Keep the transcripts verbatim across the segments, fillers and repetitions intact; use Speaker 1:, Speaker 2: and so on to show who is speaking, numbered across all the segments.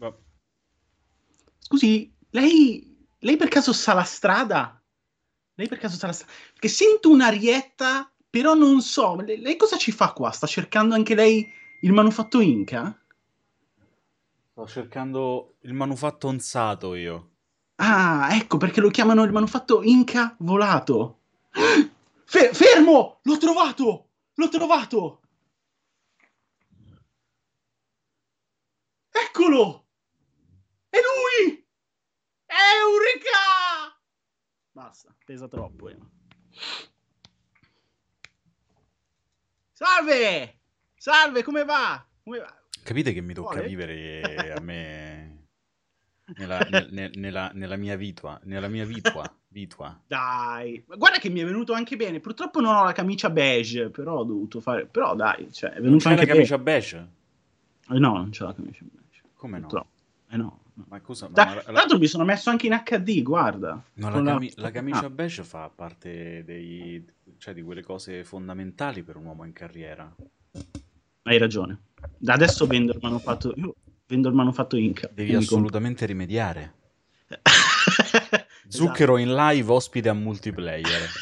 Speaker 1: Va-
Speaker 2: Scusi, lei, lei per caso sa la strada? Lei per caso sa la strada? Perché sento un'arietta, però non so. Lei, lei cosa ci fa qua? Sta cercando anche lei il manufatto Inca?
Speaker 1: Sto cercando il manufatto onzato io.
Speaker 2: Ah, ecco perché lo chiamano il manufatto Inca volato. Fe- fermo! L'ho trovato! L'ho trovato! Eccolo! È lui! Eureka! Basta, pesa troppo. eh. Salve! Salve, come va? Come va?
Speaker 1: Capite che mi tocca
Speaker 2: Vuole?
Speaker 1: vivere a me nella, nel- nel- nella- nella mia vitua, nella mia vitua, vitua.
Speaker 2: Dai, ma guarda che mi è venuto anche bene. Purtroppo non ho la camicia beige, però ho dovuto fare. Però dai, cioè, è
Speaker 1: Non
Speaker 2: venuto
Speaker 1: c'hai la
Speaker 2: anche bene.
Speaker 1: camicia beige?
Speaker 2: Eh no, non c'ho la camicia beige.
Speaker 1: Come no?
Speaker 2: Purtroppo. Eh no. no.
Speaker 1: Ma cosa? Ma,
Speaker 2: Da-
Speaker 1: ma la,
Speaker 2: Tra
Speaker 1: la-
Speaker 2: l'altro mi sono messo anche in acca di, guarda.
Speaker 1: no, la
Speaker 2: Con la...
Speaker 1: cami- la
Speaker 2: Ah,
Speaker 1: camicia beige fa parte dei, cioè, di quelle cose fondamentali per un uomo in carriera.
Speaker 2: hai ragione. Da adesso vendo il manufatto. Io vendo il manufatto Inca.
Speaker 1: Devi
Speaker 2: Chi mi compra?
Speaker 1: assolutamente rimediare.
Speaker 2: Esatto.
Speaker 1: Zucchero in live ospite a multiplayer.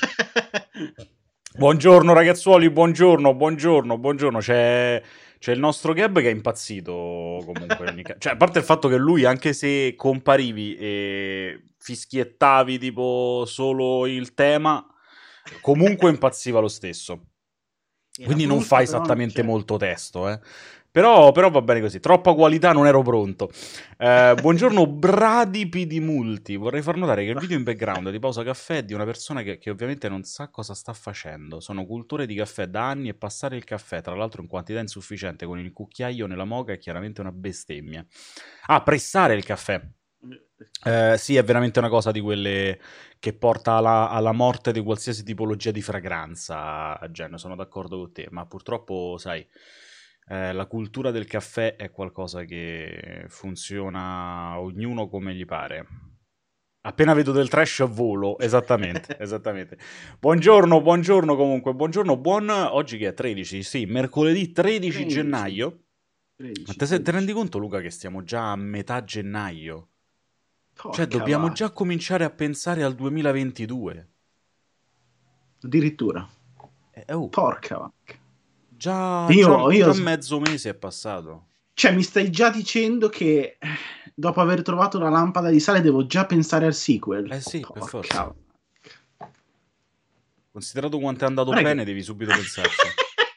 Speaker 1: Buongiorno ragazzuoli, buongiorno, buongiorno, buongiorno. C'è, c'è il nostro Gab che è impazzito comunque. ogni ca- Cioè, a parte il fatto che lui, anche se comparivi e fischiettavi tipo solo il tema, comunque impazziva lo stesso.
Speaker 2: Era
Speaker 1: Quindi non fa
Speaker 2: brutto, però non
Speaker 1: esattamente
Speaker 2: c'è.
Speaker 1: molto testo, eh. Però, però va bene così. Troppa qualità, non ero pronto. Eh, buongiorno Bradipi di Multi. Vorrei far notare che il video in background di Pausa Caffè è di una persona che, che ovviamente non sa cosa sta facendo. Sono cultore di caffè da anni e passare il caffè, tra l'altro in quantità insufficiente, con il cucchiaio nella moka è chiaramente una bestemmia. Ah, pressare il caffè. Eh, sì, è veramente una cosa di quelle che porta alla, alla morte di qualsiasi tipologia di fragranza, Gen, sono d'accordo con te, ma purtroppo, sai, eh, la cultura del caffè è qualcosa che funziona ognuno come gli pare. Appena vedo del trash a volo, esattamente, esattamente. Buongiorno, buongiorno comunque, buongiorno, buon... Oggi che è tredici, sì, mercoledì tredici
Speaker 2: tredici,
Speaker 1: gennaio. Ma
Speaker 2: tredici,
Speaker 1: te, se- te
Speaker 2: tredici.
Speaker 1: rendi conto, Luca, che stiamo già a metà gennaio? Cioè,
Speaker 2: Porca
Speaker 1: dobbiamo
Speaker 2: vacca.
Speaker 1: già cominciare a pensare al duemilaventidue.
Speaker 2: Addirittura.
Speaker 1: Eh, oh,
Speaker 2: Porca vacca.
Speaker 1: già, già,
Speaker 2: Io, io,
Speaker 1: già mezzo mese è passato.
Speaker 2: cioè, mi stai già dicendo che eh, dopo aver trovato la lampada di sale devo già pensare al sequel.
Speaker 1: Eh sì, per
Speaker 2: Porca
Speaker 1: forza.
Speaker 2: vacca.
Speaker 1: Considerato quanto è andato
Speaker 2: Guarda
Speaker 1: bene,
Speaker 2: che...
Speaker 1: devi subito pensarci.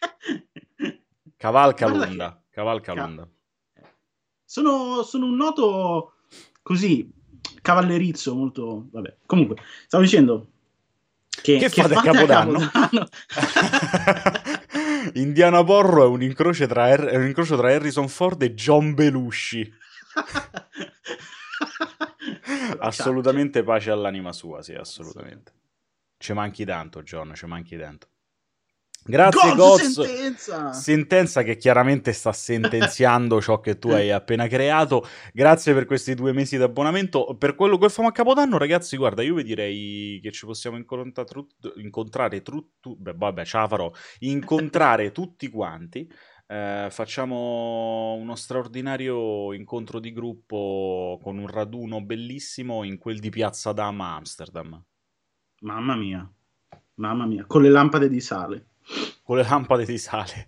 Speaker 1: Cavalca
Speaker 2: Guarda
Speaker 1: l'onda,
Speaker 2: che...
Speaker 1: cavalca
Speaker 2: ca-
Speaker 1: l'onda.
Speaker 2: Sono, sono un noto così, cavallerizzo molto... Vabbè, comunque, stavo dicendo che,
Speaker 1: Che
Speaker 2: che
Speaker 1: fate a
Speaker 2: fate a
Speaker 1: Capodanno?
Speaker 2: Capodanno?
Speaker 1: Indiana Porro è un incrocio tra, Har- è un incrocio tra Harrison Ford e John Belushi.
Speaker 2: Però c'ha, c'è-
Speaker 1: Assolutamente pace all'anima sua, sì, assolutamente.
Speaker 2: assolutamente.
Speaker 1: Ci manchi tanto, John, ci manchi tanto. Grazie,
Speaker 2: Gol su
Speaker 1: Goz.
Speaker 2: sentenza!
Speaker 1: Sentenza che chiaramente sta sentenziando ciò che tu hai appena creato. Grazie per questi due mesi di abbonamento. Per quello che famo a Capodanno, ragazzi, guarda, io vi direi che ci possiamo incontra- tru- incontrare, tru- tu- beh, vabbè, ce la farò, incontrare tutti quanti. Eh, facciamo uno straordinario incontro di gruppo con un raduno bellissimo in quel di Piazza Dama a Amsterdam.
Speaker 2: Mamma mia, mamma mia, con le lampade di sale.
Speaker 1: Con le lampade di sale.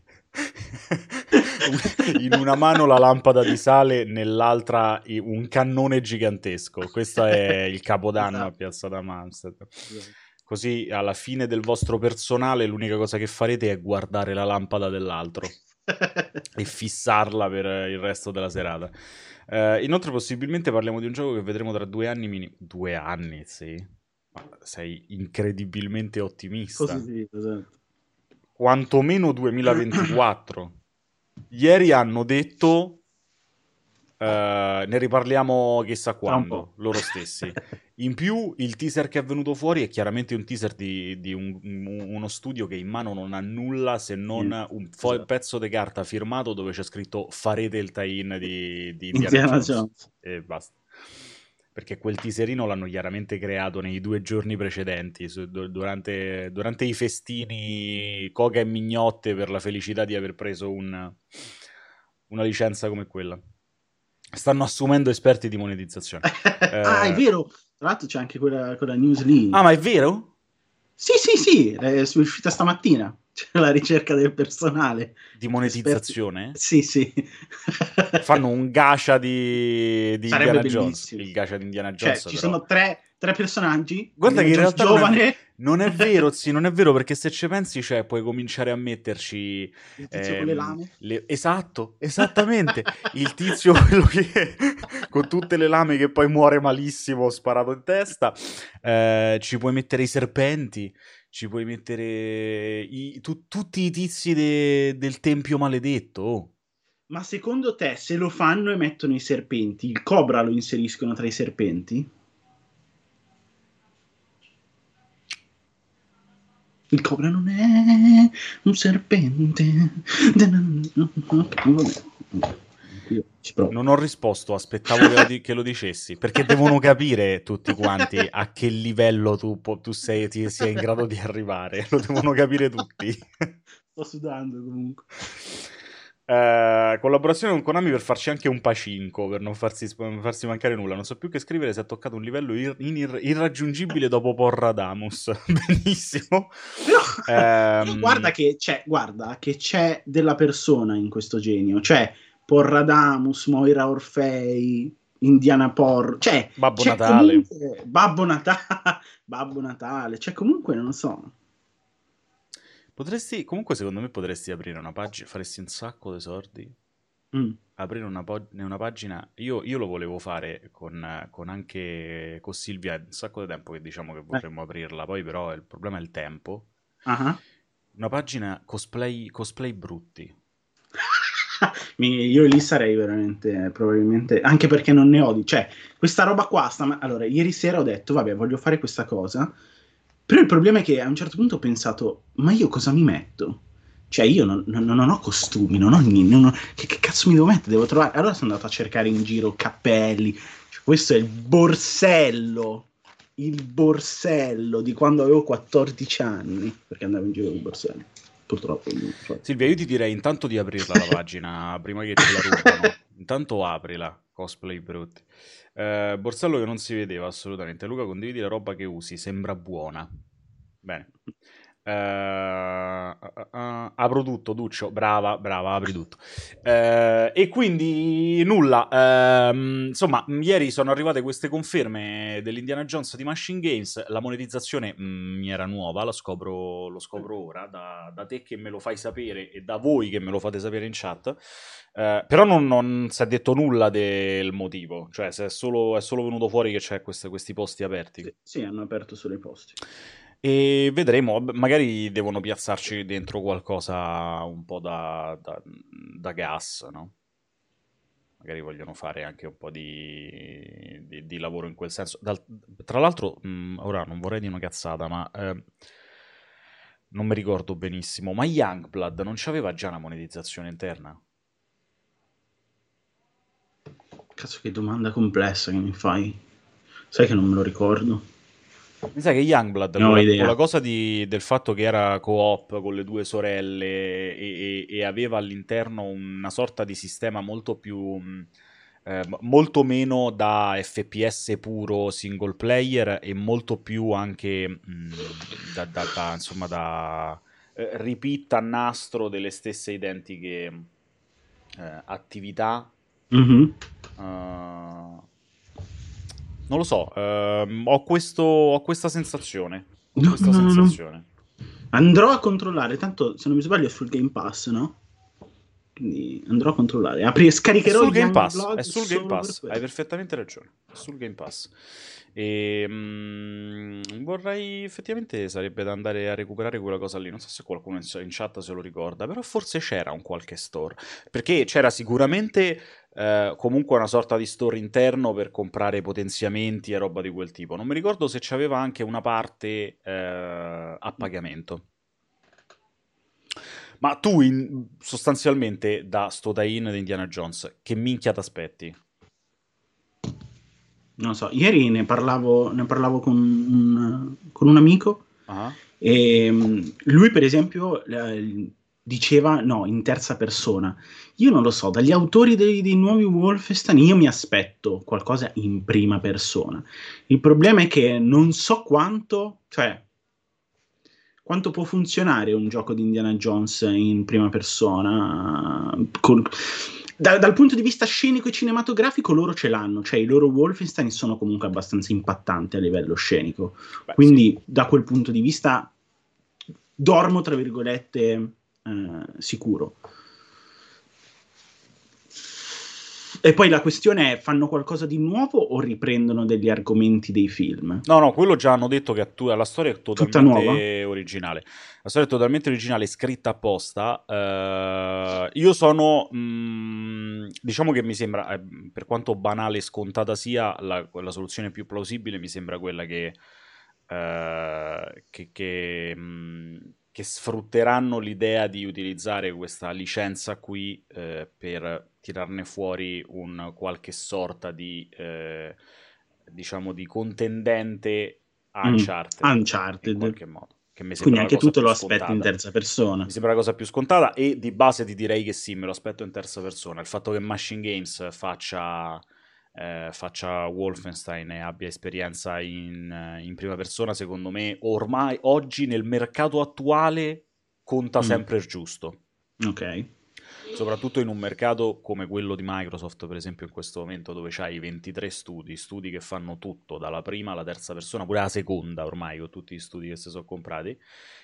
Speaker 1: In una mano la lampada di sale, nell'altra i- un cannone gigantesco. Questo è il capodanno a
Speaker 2: Esatto,
Speaker 1: Piazza D'Amsterdam.
Speaker 2: esatto.
Speaker 1: Così alla fine del vostro personale l'unica cosa che farete è guardare la lampada dell'altro e fissarla per il resto della serata. Eh, inoltre, possibilmente parliamo di un gioco che vedremo tra due anni. Mini... Due anni, sì. Ma sei incredibilmente ottimista.
Speaker 2: Positivo, esatto.
Speaker 1: Quantomeno duemilaventiquattro. Ieri hanno detto, eh, ne riparliamo chissà
Speaker 2: Tra un po'.
Speaker 1: quando, loro stessi. In più, il teaser che è venuto fuori è chiaramente un teaser di, di un- un- uno studio che in mano non ha nulla se non
Speaker 2: Niente,
Speaker 1: un fo-
Speaker 2: esatto.
Speaker 1: pezzo di carta firmato dove c'è scritto farete il tie-in di, di Indiana
Speaker 2: Indiana
Speaker 1: Jones.
Speaker 2: Jones.
Speaker 1: E basta. Perché quel teaserino l'hanno chiaramente creato nei due giorni precedenti, su- du- durante, durante i festini coca e mignotte per la felicità di aver preso un- una licenza come quella. Stanno assumendo esperti di monetizzazione.
Speaker 2: Ah, è
Speaker 1: Eh,
Speaker 2: vero. Tra l'altro c'è anche quella, quella news lì.
Speaker 1: Ah, ma è vero?
Speaker 2: Sì, sì, sì, è è uscita stamattina. C'è la ricerca del personale.
Speaker 1: Di
Speaker 2: Esperti.
Speaker 1: monetizzazione?
Speaker 2: Sì, sì.
Speaker 1: Fanno un gacha di, di
Speaker 2: Sarebbe
Speaker 1: Indiana Jones.
Speaker 2: bellissimo.
Speaker 1: Il gacha di Indiana
Speaker 2: Cioè,
Speaker 1: Jones,
Speaker 2: ci
Speaker 1: però.
Speaker 2: sono tre, tre personaggi.
Speaker 1: Guarda
Speaker 2: Indiana
Speaker 1: che in
Speaker 2: Jones
Speaker 1: realtà non è,
Speaker 2: giovane,
Speaker 1: non è vero, sì, non è vero, perché se ci pensi, cioè, puoi cominciare a metterci...
Speaker 2: il tizio con le
Speaker 1: ehm,
Speaker 2: lame.
Speaker 1: le- Esatto, esattamente. Il tizio, quello che... con tutte le lame che poi muore malissimo, sparato in testa. Eh, ci puoi mettere i serpenti, ci puoi mettere i- tu- tutti i tizi de- del tempio maledetto. Oh.
Speaker 2: Ma secondo te, se lo fanno e mettono i serpenti, il cobra lo inseriscono tra i serpenti? Il cobra non è un serpente. Ok, vabbè. Io ci provo.
Speaker 1: Non ho risposto, aspettavo che lo, di- che lo dicessi, perché devono capire tutti quanti a che livello tu, po- tu sei, ti, sia in grado di arrivare, lo devono capire tutti.
Speaker 2: Sto sudando comunque.
Speaker 1: Eh, collaborazione con Konami per farci anche un pacinco, per non farsi, per non farsi mancare nulla. Non so più che scrivere, si è toccato un livello ir- inir- irraggiungibile dopo Porradamus. Benissimo.
Speaker 2: Però, però guarda
Speaker 1: Ehm,
Speaker 2: che c'è, guarda che c'è della persona in questo genio. Cioè, Porradamus, Moira Orfei, Indiana Por. Cioè,
Speaker 1: Babbo
Speaker 2: c'è
Speaker 1: Natale.
Speaker 2: comunque Babbo Natale. Babbo Natale. C'è comunque, non lo so.
Speaker 1: Potresti, comunque secondo me potresti aprire una pagina, faresti un sacco di soldi.
Speaker 2: Mm.
Speaker 1: Aprire una, po- una pagina, io, io lo volevo fare con, con anche con Silvia, è un sacco di tempo che diciamo che
Speaker 2: Eh,
Speaker 1: vorremmo aprirla, poi però il problema è il tempo.
Speaker 2: ah.
Speaker 1: Una pagina cosplay, cosplay brutti.
Speaker 2: Mi- Io lì sarei veramente, probabilmente, anche perché non ne ho di, cioè, questa roba qua, sta- allora, ieri sera ho detto, vabbè, voglio fare questa cosa, però il problema è che a un certo punto ho pensato, ma io cosa mi metto? Cioè, io non, non- non ho costumi, non ho niente, non ho- che, che cazzo mi devo mettere? Devo trovare, allora sono andato a cercare in giro cappelli, cioè, questo è il borsello, il borsello di quando avevo quattordici anni, perché andavo in giro con il borsello, purtroppo. Cioè.
Speaker 1: Silvia, io ti direi intanto di aprirla la pagina prima che ce la rubano. Intanto aprila, cosplay brutti. Eh, borsello che non si vedeva assolutamente. Luca, condividi la roba che usi, sembra buona. Bene. Eh, ah, ah, ah, apro tutto, Duccio. Brava, brava, apri tutto. Eh, e quindi nulla. Ehm, insomma, ieri sono arrivate queste conferme dell'Indiana Jones di Machine Games. La monetizzazione mh, mi era nuova, lo scopro, lo scopro ora da, da te che me lo fai sapere e da voi che me lo fate sapere in chat. Eh, però non, non si è detto nulla del motivo, cioè se è solo, è solo venuto fuori che c'è queste- questi posti aperti.
Speaker 2: Sì, sì, hanno aperto solo i posti.
Speaker 1: E vedremo, b- magari devono piazzarci dentro qualcosa un po' da, da- da gas, no? Magari vogliono fare anche un po' di, di- di lavoro in quel senso. Dal- tra l'altro, mh, ora non vorrei dire una cazzata, ma eh, non mi ricordo benissimo, ma Youngblood non c'aveva già una monetizzazione interna?
Speaker 2: Cazzo, che domanda complessa che mi fai. Sai che non me lo ricordo.
Speaker 1: Mi sa che Youngblood,
Speaker 2: Non
Speaker 1: con
Speaker 2: ho
Speaker 1: la, con la
Speaker 2: idea.
Speaker 1: cosa di- del fatto che era co-op con le due sorelle e, e- e aveva all'interno una sorta di sistema molto più, mh, eh, m- molto meno da F P S puro single player e molto più anche mh, da, da- da, insomma, da eh, repeat a nastro delle stesse identiche eh, attività.
Speaker 2: Mhm.
Speaker 1: eh, Non lo so, ehm, ho questo, ho questa sensazione. Ho
Speaker 2: No,
Speaker 1: questa
Speaker 2: no, no, no.
Speaker 1: sensazione.
Speaker 2: Andrò a controllare. Tanto, se non mi sbaglio, è sul Game Pass, no? Quindi andrò a controllare. Apri-
Speaker 1: È
Speaker 2: scaricherò
Speaker 1: sul Game Pass, è
Speaker 2: Youngblood
Speaker 1: sul Game
Speaker 2: solo per
Speaker 1: Pass, hai
Speaker 2: quello.
Speaker 1: perfettamente ragione. È sul Game Pass. E, mm, vorrei effettivamente sarebbe da andare a recuperare quella cosa lì. Non so se qualcuno in in chat se lo ricorda, però forse c'era un qualche store. Perché c'era sicuramente eh, comunque una sorta di store interno per comprare potenziamenti e roba di quel tipo. Non mi ricordo se c'aveva anche una parte eh, a pagamento. Ma tu in- sostanzialmente da sto tie-in di Indiana Jones, che minchia t'aspetti?
Speaker 2: Non lo so. Ieri ne parlavo, ne parlavo con un, con un amico
Speaker 1: Ah,
Speaker 2: e mm, lui, per esempio, la- il- diceva no, in terza persona. Io non lo so, dagli autori dei, dei nuovi Wolfenstein io mi aspetto qualcosa in prima persona. Il problema è che non so quanto, cioè, quanto può funzionare un gioco di Indiana Jones in prima persona. Col- da- dal punto di vista scenico e cinematografico loro ce l'hanno, cioè i loro Wolfenstein sono comunque abbastanza impattanti a livello scenico.
Speaker 1: Beh, sì.
Speaker 2: Quindi da quel punto di vista dormo, tra virgolette, eh, sicuro. E poi la questione è, fanno qualcosa di nuovo o riprendono degli argomenti dei film?
Speaker 1: No, no, quello già hanno detto che attu- la storia è
Speaker 2: Tutta nuova?
Speaker 1: totalmente originale. La storia è totalmente originale, scritta apposta. Eh, io sono, mh, diciamo che mi sembra, eh, per quanto banale e scontata sia, la, la soluzione più plausibile mi sembra quella che, eh, che, che, mh, che sfrutteranno l'idea di utilizzare questa licenza qui, eh, per tirarne fuori un qualche sorta di, eh, diciamo, di contendente a
Speaker 2: Mm,
Speaker 1: Uncharted, in
Speaker 2: Uncharted.
Speaker 1: qualche modo, che mi
Speaker 2: Quindi
Speaker 1: sembra la
Speaker 2: anche
Speaker 1: cosa
Speaker 2: tu te
Speaker 1: più
Speaker 2: lo aspetti in
Speaker 1: scontata.
Speaker 2: terza persona.
Speaker 1: Mi sembra la cosa più scontata e di base ti direi che sì, me lo aspetto in terza persona. Il fatto che Machine Games faccia, eh, faccia Wolfenstein e abbia esperienza in, in prima persona, secondo me, ormai oggi nel mercato attuale conta
Speaker 2: Mm,
Speaker 1: sempre il giusto.
Speaker 2: ok.
Speaker 1: Soprattutto in un mercato come quello di Microsoft, per esempio, in questo momento dove c'hai ventitré studi, studi che fanno tutto, dalla prima alla terza persona, pure alla seconda ormai, con tutti gli studi che si sono comprati,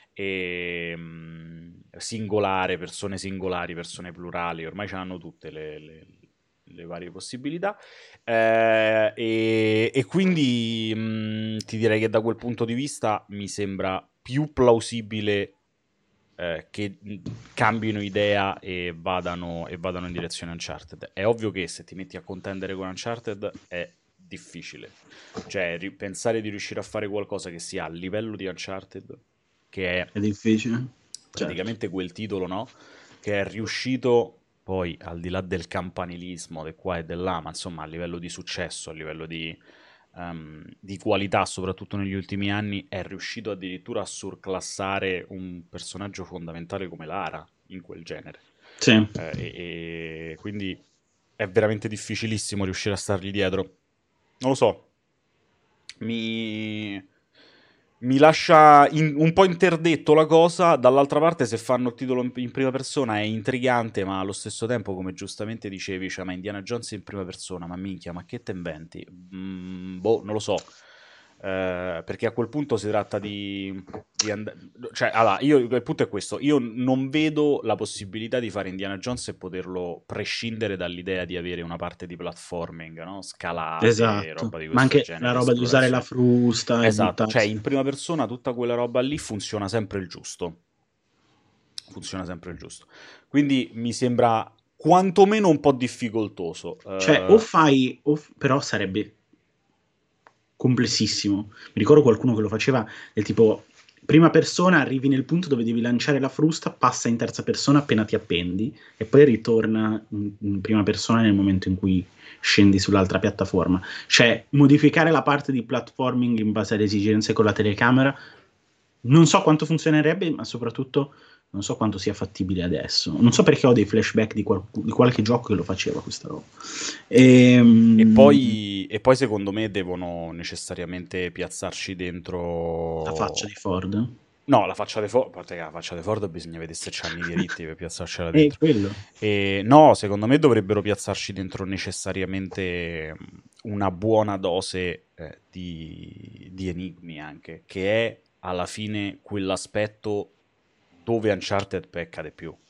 Speaker 1: e mh, singolare, persone singolari, persone plurali, ormai ce l'hanno tutte le, le- le varie possibilità. Eh, e, e quindi mh, ti direi che da quel punto di vista mi sembra più plausibile, eh, che mh, cambino idea e vadano, e vadano in direzione Uncharted. È ovvio che se ti metti a contendere con Uncharted è difficile. Cioè, ri- pensare di riuscire a fare qualcosa che sia a livello di Uncharted, che è
Speaker 2: È difficile. Certo.
Speaker 1: praticamente quel titolo, no? Che è riuscito poi, al di là del campanilismo, del qua e del là, ma insomma a livello di successo, a livello di, ehm, di qualità, soprattutto negli ultimi anni, è riuscito addirittura a surclassare un personaggio fondamentale come Lara in quel genere.
Speaker 2: Sì.
Speaker 1: Eh, e, e quindi è veramente difficilissimo riuscire a stargli dietro. Non lo so, mi, mi lascia in- un po' interdetto la cosa. Dall'altra parte, se fanno il titolo in, in prima persona è intrigante, ma allo stesso tempo, come giustamente dicevi, cioè, ma Indiana Jones in prima persona, ma minchia, ma che te inventi? Mm, boh, non lo so. Eh, perché a quel punto si tratta di, di and- cioè, allora, io, il punto è questo: io non vedo la possibilità di fare Indiana Jones e poterlo prescindere dall'idea di avere una parte di platforming, no? Scalate,
Speaker 2: Esatto.
Speaker 1: roba di
Speaker 2: Ma
Speaker 1: questo
Speaker 2: anche la
Speaker 1: genere,
Speaker 2: roba di usare la
Speaker 1: esplorazione.
Speaker 2: frusta e
Speaker 1: Esatto, cioè
Speaker 2: buttarsi.
Speaker 1: in prima persona tutta quella roba lì funziona sempre il giusto. Funziona sempre il giusto. Quindi mi sembra quantomeno un po' difficoltoso.
Speaker 2: Cioè, o
Speaker 1: Eh,
Speaker 2: fai, o f- però sarebbe complessissimo. Mi ricordo qualcuno che lo faceva del tipo, prima persona, arrivi nel punto dove devi lanciare la frusta, passa in terza persona appena ti appendi e poi ritorna in, in prima persona nel momento in cui scendi sull'altra piattaforma. Cioè, modificare la parte di platforming in base alle esigenze con la telecamera, non so quanto funzionerebbe, ma soprattutto non so quanto sia fattibile adesso. Non so perché ho dei flashback di, qual- di qualche gioco che lo faceva questa roba.
Speaker 1: E
Speaker 2: Ehm,
Speaker 1: poi, e poi secondo me devono necessariamente piazzarci
Speaker 2: la faccia
Speaker 1: dentro.
Speaker 2: di Ford.
Speaker 1: No, la faccia di Ford, a parte che la faccia di Ford bisogna vedere se c'hanno i diritti per piazzarcela
Speaker 2: È
Speaker 1: dentro.
Speaker 2: quello.
Speaker 1: E no, secondo me dovrebbero piazzarci dentro necessariamente mh, una buona dose, eh, di, di enigmi anche, che è alla fine quell'aspetto dove Uncharted pecca di più.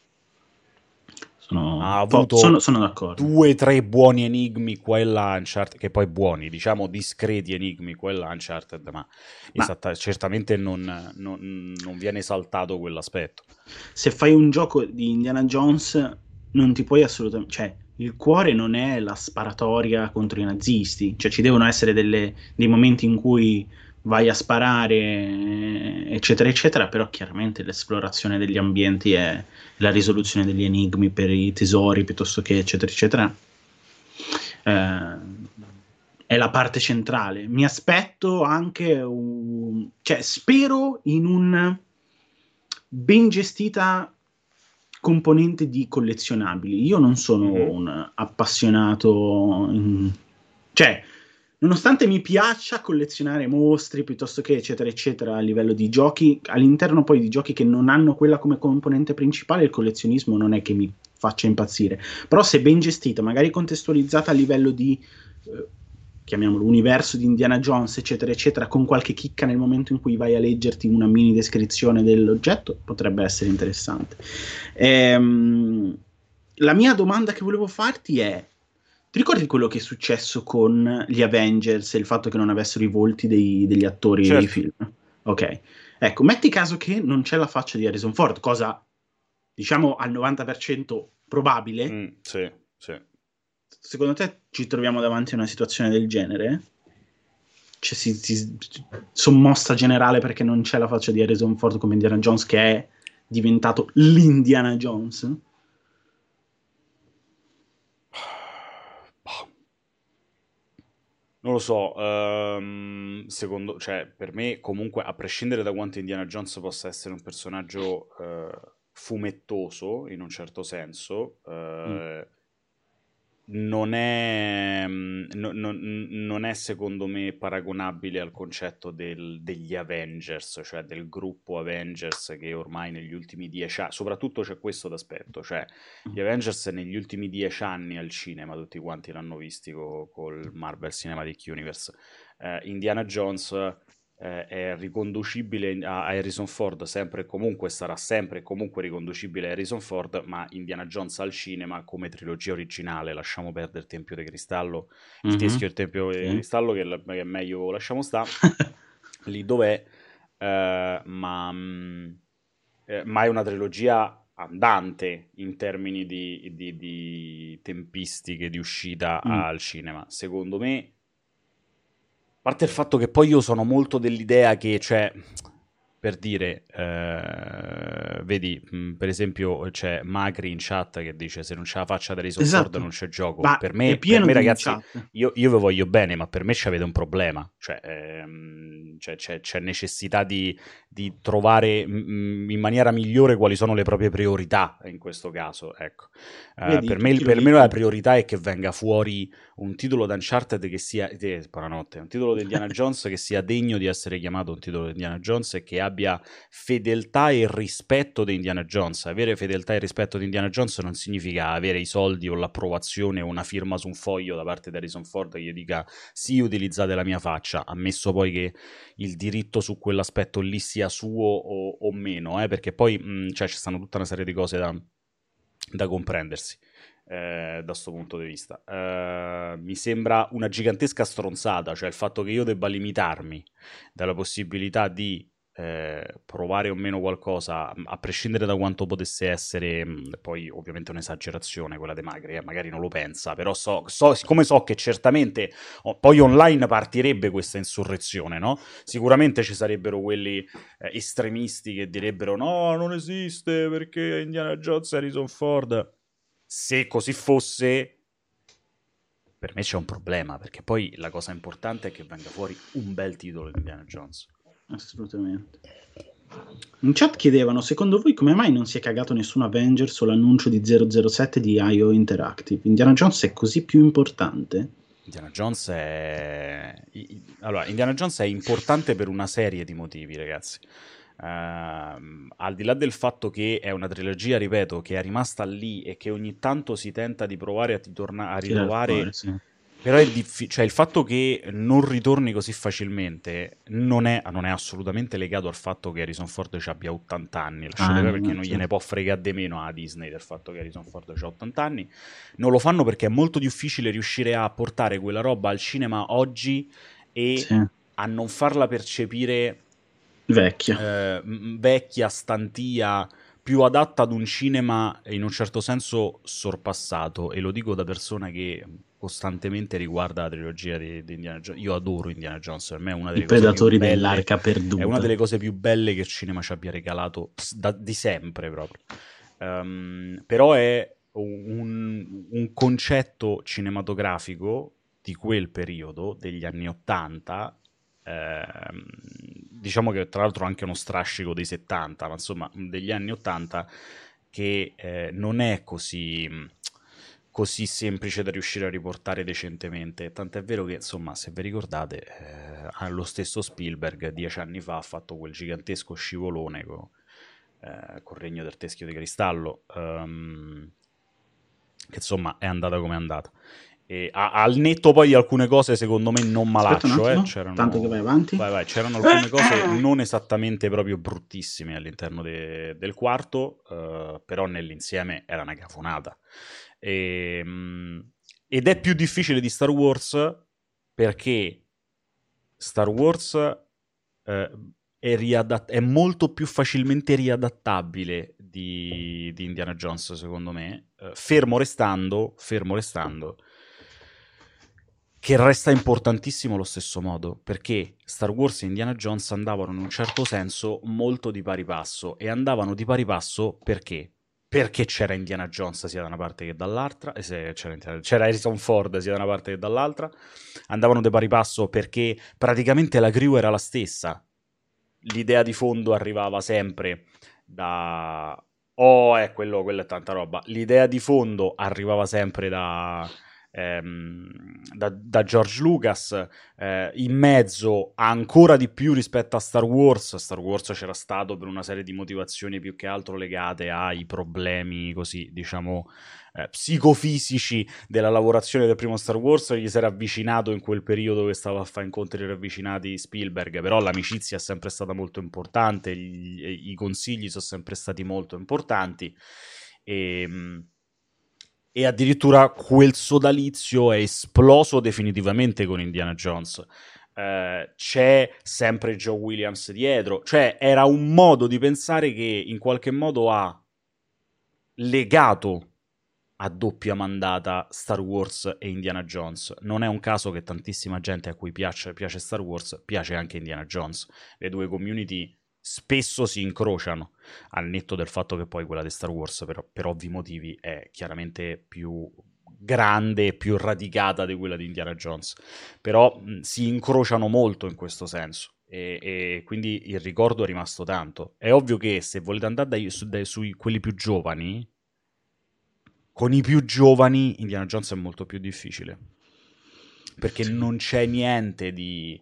Speaker 1: Ha
Speaker 2: Sono, po- sono,
Speaker 1: avuto
Speaker 2: sono d'accordo.
Speaker 1: due o tre buoni enigmi qua e là, Uncharted, che poi buoni, diciamo discreti enigmi qua e là, Uncharted, ma
Speaker 2: Ma
Speaker 1: esatta- certamente non, non- non viene esaltato quell'aspetto.
Speaker 2: se fai un gioco di Indiana Jones, non ti puoi assolutamente. Cioè, il cuore non è la sparatoria contro i nazisti. Cioè, ci devono essere delle- dei momenti in cui vai a sparare, eh, eccetera, eccetera. Però chiaramente l'esplorazione degli ambienti e la risoluzione degli enigmi per i tesori, piuttosto che, eccetera, eccetera. eh, è la parte centrale. Mi aspetto anche un, cioè spero in un ben gestita, componente di collezionabili. Io non sono
Speaker 1: Mhm.
Speaker 2: un appassionato, in- cioè, nonostante mi piaccia collezionare mostri piuttosto che eccetera eccetera a livello di giochi, all'interno poi di giochi che non hanno quella come componente principale, il collezionismo non è che mi faccia impazzire. Però se ben gestita, magari contestualizzata a livello di eh, chiamiamolo universo di Indiana Jones, eccetera, eccetera, con qualche chicca nel momento in cui vai a leggerti una mini descrizione dell'oggetto, potrebbe essere interessante. Ehm, la mia domanda che volevo farti è: ti ricordi quello che è successo con gli Avengers e il fatto che non avessero i volti dei- degli attori dei
Speaker 1: Certo.
Speaker 2: film? Ok, ecco, metti caso che non c'è la faccia di Harrison Ford, cosa diciamo al novanta per cento probabile.
Speaker 1: Mm, sì, sì.
Speaker 2: Secondo te ci troviamo davanti a una situazione del genere? Cioè, si, si- sommossa generale perché non c'è la faccia di Harrison Ford come Indiana Jones, che è diventato l'Indiana Jones?
Speaker 1: Boh. Non lo so, ehm, secondo, cioè, per me comunque, a prescindere da quanto Indiana Jones possa essere un personaggio eh, fumettoso, in un certo senso,
Speaker 2: Mm.
Speaker 1: eh, non è, mm, no- no- non è secondo me paragonabile al concetto del- degli Avengers, cioè del gruppo Avengers che ormai negli ultimi dieci anni, soprattutto c'è questo d'aspetto, cioè gli Avengers negli ultimi dieci anni al cinema, tutti quanti l'hanno visti co- col Marvel Cinematic Universe. Eh, Indiana Jones eh, è riconducibile a Harrison Ford, sempre e comunque sarà sempre e comunque riconducibile a Harrison Ford, ma Indiana Jones al cinema come trilogia originale, lasciamo perdere il Tempio di Cristallo, il
Speaker 2: Mhm.
Speaker 1: Teschio e il Tempio di
Speaker 2: Sì.
Speaker 1: Cristallo, che, l- che è meglio lasciamo sta, lì dov'è, eh, ma, mh, eh, ma è una trilogia andante in termini di, di- di tempistiche di uscita
Speaker 2: Mm.
Speaker 1: al cinema. Secondo me, a parte il fatto che poi io sono molto dell'idea che, cioè, per dire, eh, vedi, mh, per esempio c'è Macri in chat che dice se non c'è la faccia di Harrison Ford non
Speaker 2: Esatto,
Speaker 1: c'è gioco.
Speaker 2: ma
Speaker 1: Per
Speaker 2: è
Speaker 1: me, per
Speaker 2: pieno
Speaker 1: me
Speaker 2: di
Speaker 1: ragazzi,
Speaker 2: chat.
Speaker 1: io, io vi voglio bene, ma per me c'avete un problema. Cioè, ehm, cioè, c'è, c'è necessità di, di trovare mh, in maniera migliore quali sono le proprie priorità in questo caso. Ecco. Eh,
Speaker 2: Vedi,
Speaker 1: per me,
Speaker 2: tutti lo
Speaker 1: per me la
Speaker 2: dicono.
Speaker 1: priorità è che venga fuori un titolo d'Uncharted che sia eh, buonanotte, un titolo di Indiana Jones che sia degno di essere chiamato un titolo di Indiana Jones e che abbia fedeltà e rispetto di Indiana Jones. Avere fedeltà e rispetto di Indiana Jones non significa avere i soldi o l'approvazione o una firma su un foglio da parte di Harrison Ford che gli dica sì, utilizzate la mia faccia, ammesso poi che il diritto su quell'aspetto lì sia suo o, o meno, eh, perché poi mh, cioè, ci stanno tutta una serie di cose da, da comprendersi eh, da questo punto di vista. Eh, mi sembra una gigantesca stronzata, cioè il fatto che io debba limitarmi dalla possibilità di eh, provare o meno qualcosa, a prescindere da quanto potesse essere, mh, poi ovviamente un'esagerazione quella dei Magri, eh, magari non lo pensa, però so, so, siccome so che certamente oh, poi online partirebbe questa insurrezione, no? Sicuramente ci sarebbero quelli eh, estremisti che direbbero no, non esiste perché Indiana Jones e Harrison Ford. Se così fosse, per me c'è un problema, perché poi la cosa importante è che venga fuori un bel titolo di Indiana Jones.
Speaker 2: Assolutamente. In chat chiedevano, secondo voi come mai non si è cagato nessun Avengers o l'annuncio di zero zero sette di I O Interactive? Indiana Jones è così più importante?
Speaker 1: Indiana Jones è... Allora, Indiana Jones è importante per una serie di motivi, ragazzi. Ehm, al di là del fatto che è una trilogia, ripeto, che è rimasta lì e che ogni tanto si tenta di provare a, ritorna- a
Speaker 2: Tirar fuori,
Speaker 1: ritrovare,
Speaker 2: sì.
Speaker 1: però è difficile, cioè il fatto che non ritorni così facilmente non è, non è assolutamente legato al fatto che Harrison Ford ci abbia ottanta anni, lasciate
Speaker 2: Ah,
Speaker 1: perdere perché
Speaker 2: no,
Speaker 1: non gliene
Speaker 2: certo.
Speaker 1: può fregare di meno a Disney del fatto che Harrison Ford ha ottanta anni. Non lo fanno perché è molto difficile riuscire a portare quella roba al cinema oggi e
Speaker 2: Sì,
Speaker 1: a non farla percepire
Speaker 2: vecchia.
Speaker 1: eh, m- vecchia, stantia, più adatta ad un cinema in un certo senso sorpassato. E lo dico da persona che costantemente riguarda la trilogia di, di Indiana Jones. Io adoro Indiana Jones, per me è una
Speaker 2: I
Speaker 1: delle cose più
Speaker 2: predatori
Speaker 1: belle.
Speaker 2: dell'arca
Speaker 1: È una
Speaker 2: perduta.
Speaker 1: delle cose più belle che il cinema ci abbia regalato s- da- di sempre proprio. Ehm, però è un, un concetto cinematografico di quel periodo, degli anni Ottanta, ehm, diciamo che tra l'altro anche uno strascico dei settanta, ma insomma degli anni Ottanta, che eh, non è così, così semplice da riuscire a riportare decentemente. Tant'è vero che, insomma, se vi ricordate, eh, lo stesso Spielberg dieci anni fa ha fatto quel gigantesco scivolone co- eh, col Regno del Teschio di Cristallo, ehm, che insomma è andata come è andata. E a- al netto poi di alcune cose secondo me non
Speaker 2: Aspetta un
Speaker 1: malaccio, eh,
Speaker 2: attimo, tanto che vai
Speaker 1: c'erano...
Speaker 2: avanti.
Speaker 1: Vai, vai, c'erano alcune cose non esattamente proprio bruttissime all'interno de- del quarto, eh, però nell'insieme era una cafonata. E, mh, ed è più difficile di Star Wars perché Star Wars eh, è, riadatt- è molto più facilmente riadattabile di, di Indiana Jones, secondo me, eh, fermo restando, fermo restando che resta importantissimo allo stesso modo, perché Star Wars e Indiana Jones andavano in un certo senso molto di pari passo, e andavano di pari passo perché? Perché c'era Indiana Jones sia da una parte che dall'altra, e se c'era, c'era Harrison Ford sia da una parte che dall'altra, andavano di pari passo perché praticamente la crew era la stessa, l'idea di fondo arrivava sempre da... Oh, è quello, quello è tanta roba. L'idea di fondo arrivava sempre da, ehm, da, da George Lucas, eh, in mezzo ancora di più rispetto a Star Wars. Star Wars c'era stato per una serie di motivazioni più che altro legate ai problemi così, diciamo, eh, psicofisici della lavorazione del primo Star Wars. Gli si era avvicinato in quel periodo che stava a fare incontri ravvicinati Spielberg, però l'amicizia è sempre stata molto importante, gli, i consigli sono sempre stati molto importanti, e, e addirittura quel sodalizio è esploso definitivamente con Indiana Jones. Uh, c'è sempre Joe Williams dietro, cioè era un modo di pensare che in qualche modo ha legato a doppia mandata Star Wars e Indiana Jones. Non è un caso che tantissima gente a cui piace, piace Star Wars piace anche Indiana Jones. Le due community spesso si incrociano, al netto del fatto che poi quella di Star Wars per, per ovvi motivi è chiaramente più grande e più radicata di quella di Indiana Jones, però mh, si incrociano molto in questo senso. E, e quindi il ricordo è rimasto tanto. È ovvio che se volete andare dai, su, dai, su quelli più giovani, con i più giovani Indiana Jones è molto più difficile, perché
Speaker 2: Sì.
Speaker 1: non c'è niente di,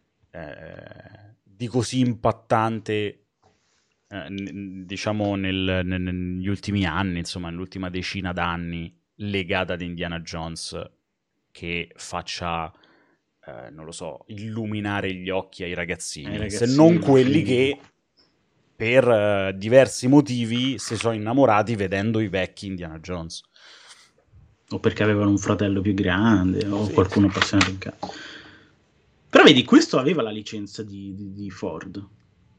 Speaker 1: eh, di così impattante, eh, n- diciamo nel- nel- negli ultimi anni, insomma nell'ultima decina d'anni, legata ad Indiana Jones, che faccia, eh, non lo so, illuminare gli occhi ai
Speaker 2: Ai
Speaker 1: ragazzini, se non
Speaker 2: ragazzini,
Speaker 1: quelli
Speaker 2: sì.
Speaker 1: che per eh, diversi motivi si sono innamorati vedendo i vecchi Indiana Jones.
Speaker 2: O perché avevano un fratello più grande o
Speaker 1: Sì,
Speaker 2: qualcuno appassionato in casa. Però vedi, questo aveva la licenza di, di, di Ford.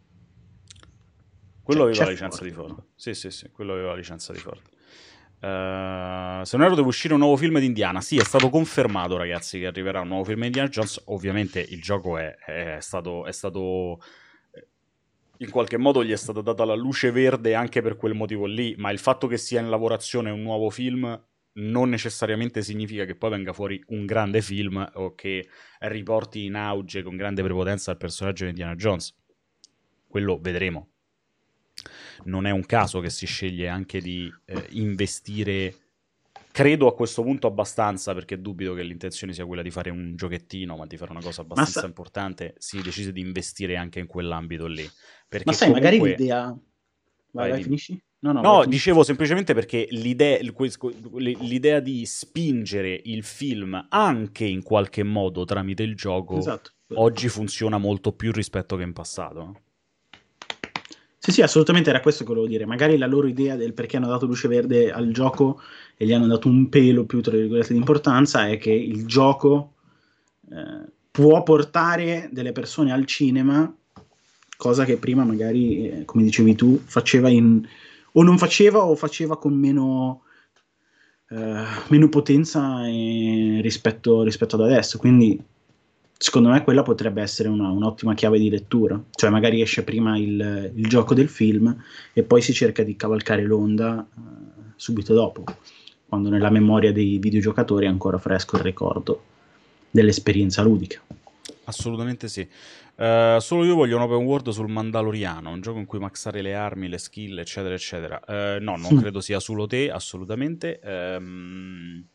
Speaker 1: quello
Speaker 2: Cioè,
Speaker 1: aveva
Speaker 2: c'è
Speaker 1: la licenza di
Speaker 2: Ford,
Speaker 1: Ford.
Speaker 2: no?
Speaker 1: Sì, sì, sì, quello aveva la licenza di Ford. Uh, se non erro deve uscire un nuovo film di Indiana. Sì, è stato confermato, ragazzi, che arriverà un nuovo film di Indiana Jones. Ovviamente il gioco è, è stato... È stato in qualche modo gli è stata data la luce verde anche per quel motivo lì, ma il fatto che sia in lavorazione un nuovo film non necessariamente significa che poi venga fuori un grande film o che riporti in auge con grande prepotenza il personaggio di Indiana Jones. Quello vedremo. Non è un caso che si sceglie anche di eh, investire, credo a questo punto abbastanza, perché dubito che l'intenzione sia quella di fare un giochettino, ma di fare una cosa
Speaker 2: Ma,
Speaker 1: abbastanza
Speaker 2: sa-
Speaker 1: importante, si decise di investire anche in quell'ambito lì.
Speaker 2: ma
Speaker 1: Perché
Speaker 2: sai, magari
Speaker 1: comunque...
Speaker 2: l'idea... Vai,
Speaker 1: Vai,
Speaker 2: vai,
Speaker 1: dimmi.
Speaker 2: finisci? No, no, vai,
Speaker 1: No,
Speaker 2: finisci.
Speaker 1: dicevo semplicemente perché l'idea, il- questo- l'idea di spingere il film anche in qualche modo tramite il gioco
Speaker 2: Esatto.
Speaker 1: oggi funziona molto più rispetto che in passato. No?
Speaker 2: Sì, sì, assolutamente era questo che volevo dire. Magari la loro idea del perché hanno dato luce verde al gioco e gli hanno dato un pelo più, tra virgolette, di importanza è che il gioco eh, può portare delle persone al cinema, cosa che prima magari, eh, come dicevi tu, faceva in... o non faceva o faceva con meno, eh, meno potenza eh, rispetto, rispetto ad adesso. Quindi secondo me quella potrebbe essere una, un'ottima chiave di lettura. Cioè magari esce prima il, il gioco del film e poi si cerca di cavalcare l'onda eh, subito dopo, quando nella memoria dei videogiocatori è ancora fresco il ricordo dell'esperienza ludica.
Speaker 1: Assolutamente sì. Eh, solo io voglio un open world sul Mandaloriano, un gioco in cui maxare le armi, le skill, eccetera, eccetera. Eh, no, non credo sia solo te, assolutamente. Ehm,